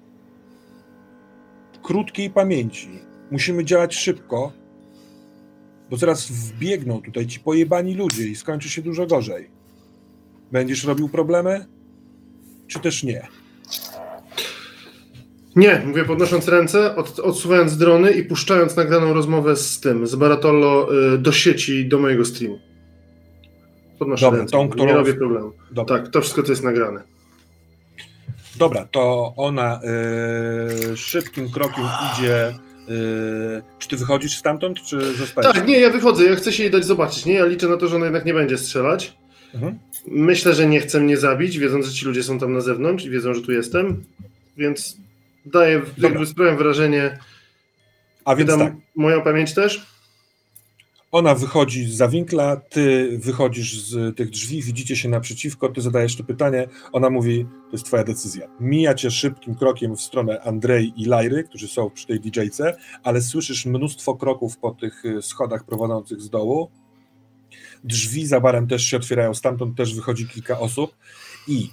Speaker 1: krótkiej pamięci. Musimy działać szybko, bo zaraz wbiegną tutaj ci pojebani ludzie i skończy się dużo gorzej. Będziesz robił problemy, czy też nie?
Speaker 3: Nie, mówię podnosząc ręce, odsuwając drony i puszczając nagraną rozmowę z Baratollo do sieci, do mojego streamu. Podnoszę ręce,
Speaker 1: tą, którą...
Speaker 3: nie robię problemu.
Speaker 1: Dobra.
Speaker 3: Tak, to wszystko to jest nagrane.
Speaker 1: Dobra, to ona szybkim krokiem idzie. Czy ty wychodzisz stamtąd, czy zostajesz?
Speaker 3: Tak, nie, ja wychodzę, ja chcę się jej dać zobaczyć, nie? Ja liczę na to, że ona jednak nie będzie strzelać. Myślę, że nie chce mnie zabić, wiedząc, że ci ludzie są tam na zewnątrz i wiedzą, że tu jestem, więc daję, jakby sprawiam wrażenie.
Speaker 1: A więc tak.
Speaker 3: Moją pamięć też?
Speaker 1: Ona wychodzi zza winkla, ty wychodzisz z tych drzwi, widzicie się naprzeciwko, ty zadajesz to pytanie, ona mówi, to jest twoja decyzja. Mija cię szybkim krokiem w stronę Andrei i Lajry, którzy są przy tej DJ-ce, ale słyszysz mnóstwo kroków po tych schodach prowadzących z dołu. Drzwi za barem też się otwierają, stamtąd też wychodzi kilka osób i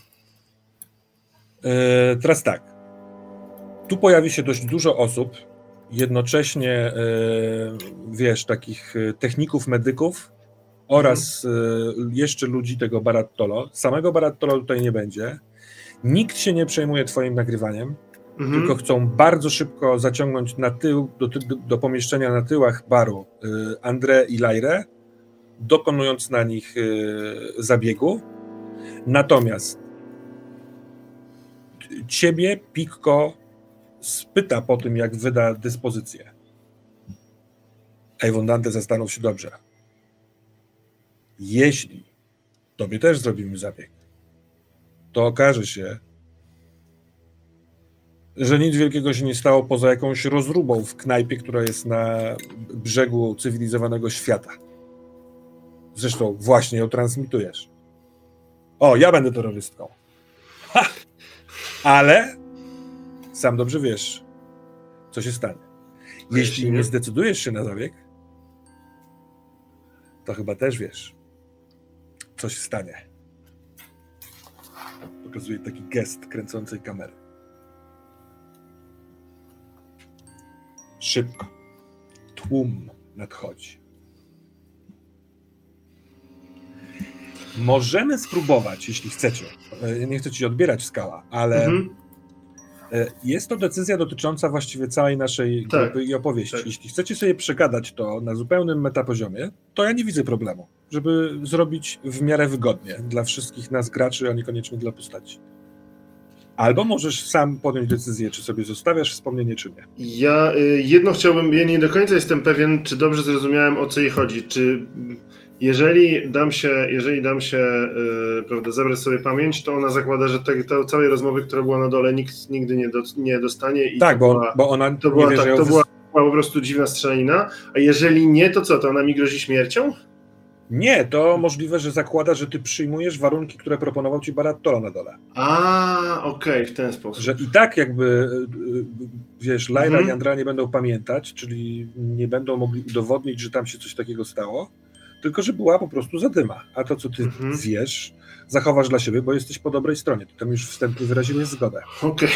Speaker 1: teraz tak, tu pojawi się dość dużo osób, jednocześnie, wiesz, takich techników, medyków oraz jeszcze ludzi tego Barattolo. Samego Barattolo tutaj nie będzie. Nikt się nie przejmuje twoim nagrywaniem, tylko chcą bardzo szybko zaciągnąć na tył, do pomieszczenia na tyłach baru Andrę i Lajrę, dokonując na nich zabiegu. Natomiast ciebie, Pikko, spyta po tym, jak wyda dyspozycję. Avon Dante, zastanów się dobrze. Jeśli tobie też zrobimy zabieg, to okaże się, że nic wielkiego się nie stało poza jakąś rozróbą w knajpie, która jest na brzegu cywilizowanego świata. Zresztą właśnie ją transmitujesz. O, ja będę terrorystką. Ha! Ale sam dobrze wiesz, co się stanie. Jeśli nie zdecydujesz się na zabieg, to chyba też wiesz, co się stanie. Pokazuje taki gest kręcącej kamery. Szybko. Tłum nadchodzi. Możemy spróbować, jeśli chcecie. Nie chcę ci odbierać skała, ale jest to decyzja dotycząca właściwie całej naszej grupy i opowieści. Tak. Jeśli chcecie sobie przegadać to na zupełnym metapoziomie, to ja nie widzę problemu, żeby zrobić w miarę wygodnie dla wszystkich nas graczy, a niekoniecznie dla postaci. Albo możesz sam podjąć decyzję, czy sobie zostawiasz wspomnienie, czy nie.
Speaker 3: Ja jedno chciałbym, ja nie do końca jestem pewien, czy dobrze zrozumiałem, o co jej chodzi. Czy jeżeli dam się prawda, zabrać sobie pamięć, to ona zakłada, że to całej rozmowy, która była na dole, nikt nigdy nie dostanie. I
Speaker 1: tak, bo ona
Speaker 3: to była,
Speaker 1: nie wie,
Speaker 3: tak, to była po prostu dziwna strzelanina, a jeżeli nie, to co, to ona mi grozi śmiercią?
Speaker 1: Nie, to możliwe, że zakłada, że ty przyjmujesz warunki, które proponował ci Barattolo na dole.
Speaker 3: Okej, w ten sposób.
Speaker 1: Że i tak jakby, wiesz, Lyra i Andrea nie będą pamiętać, czyli nie będą mogli udowodnić, że tam się coś takiego stało, tylko że była po prostu zadyma. A to, co ty wiesz, zachowasz dla siebie, bo jesteś po dobrej stronie. Tam już wstępnie wyrazimy zgodę.
Speaker 3: Okej.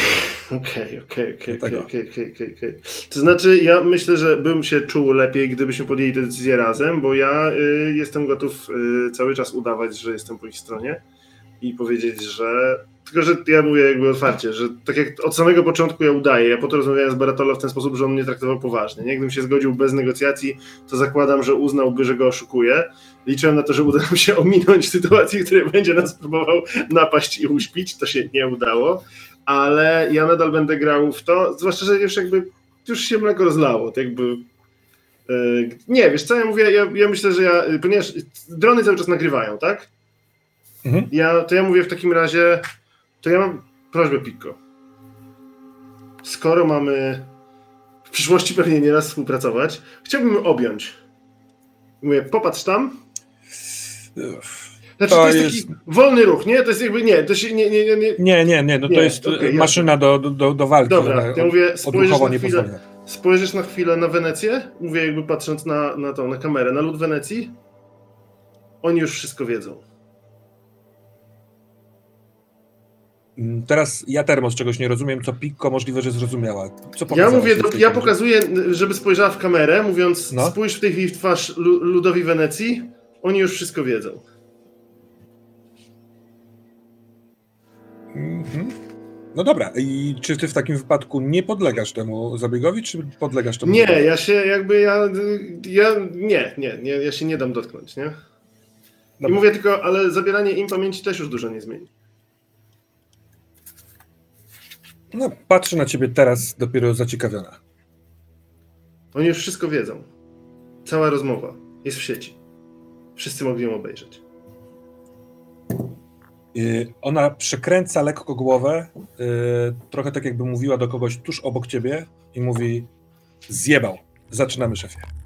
Speaker 3: To znaczy, ja myślę, że bym się czuł lepiej, gdybyśmy podjęli tę decyzję razem, bo ja jestem gotów cały czas udawać, że jestem po ich stronie i powiedzieć, że... Tylko, że ja mówię jakby otwarcie, że tak jak od samego początku ja udaję, ja po to rozmawiałem z Barattolo w ten sposób, że on mnie traktował poważnie. Nie? Gdybym się zgodził bez negocjacji, to zakładam, że uznałby, że go oszukuję. Liczyłem na to, że uda nam się ominąć sytuację, w której będzie nas próbował napaść i uśpić. To się nie udało, ale ja nadal będę grał w to, zwłaszcza, że już się mleko rozlało. To jakby... nie, wiesz co ja mówię? Ja myślę, że ponieważ drony cały czas nagrywają, tak? Ja mówię w takim razie... To ja mam prośbę, Pikko. Skoro mamy w przyszłości pewnie nieraz współpracować, chciałbym objąć. Mówię, popatrz tam. Znaczy, to jest taki wolny ruch, nie? To jest jakby nie, to się nie.
Speaker 1: No to jest maszyna do walki.
Speaker 3: Dobra, ja mówię, spojrzysz na chwilę na Wenecję, mówię jakby patrząc na kamerę, na lud Wenecji. Oni już wszystko wiedzą.
Speaker 1: Teraz ja Termos czegoś nie rozumiem, co Pikko możliwe, że zrozumiała.
Speaker 3: Ja pokazuję, żeby spojrzała w kamerę, mówiąc, spójrz w tej chwili w twarz ludowi Wenecji, oni już wszystko wiedzą.
Speaker 1: No dobra, i czy ty w takim wypadku nie podlegasz temu zabiegowi, czy podlegasz temu?
Speaker 3: Nie, ja się nie dam dotknąć, nie? Dobra. I mówię tylko, ale zabieranie im pamięci też już dużo nie zmieni.
Speaker 1: No, patrzę na ciebie teraz dopiero zaciekawiona.
Speaker 3: Oni już wszystko wiedzą. Cała rozmowa jest w sieci. Wszyscy mogli ją obejrzeć.
Speaker 1: Ona przekręca lekko głowę, trochę tak jakby mówiła do kogoś tuż obok ciebie i mówi: zjebał, zaczynamy, szefie.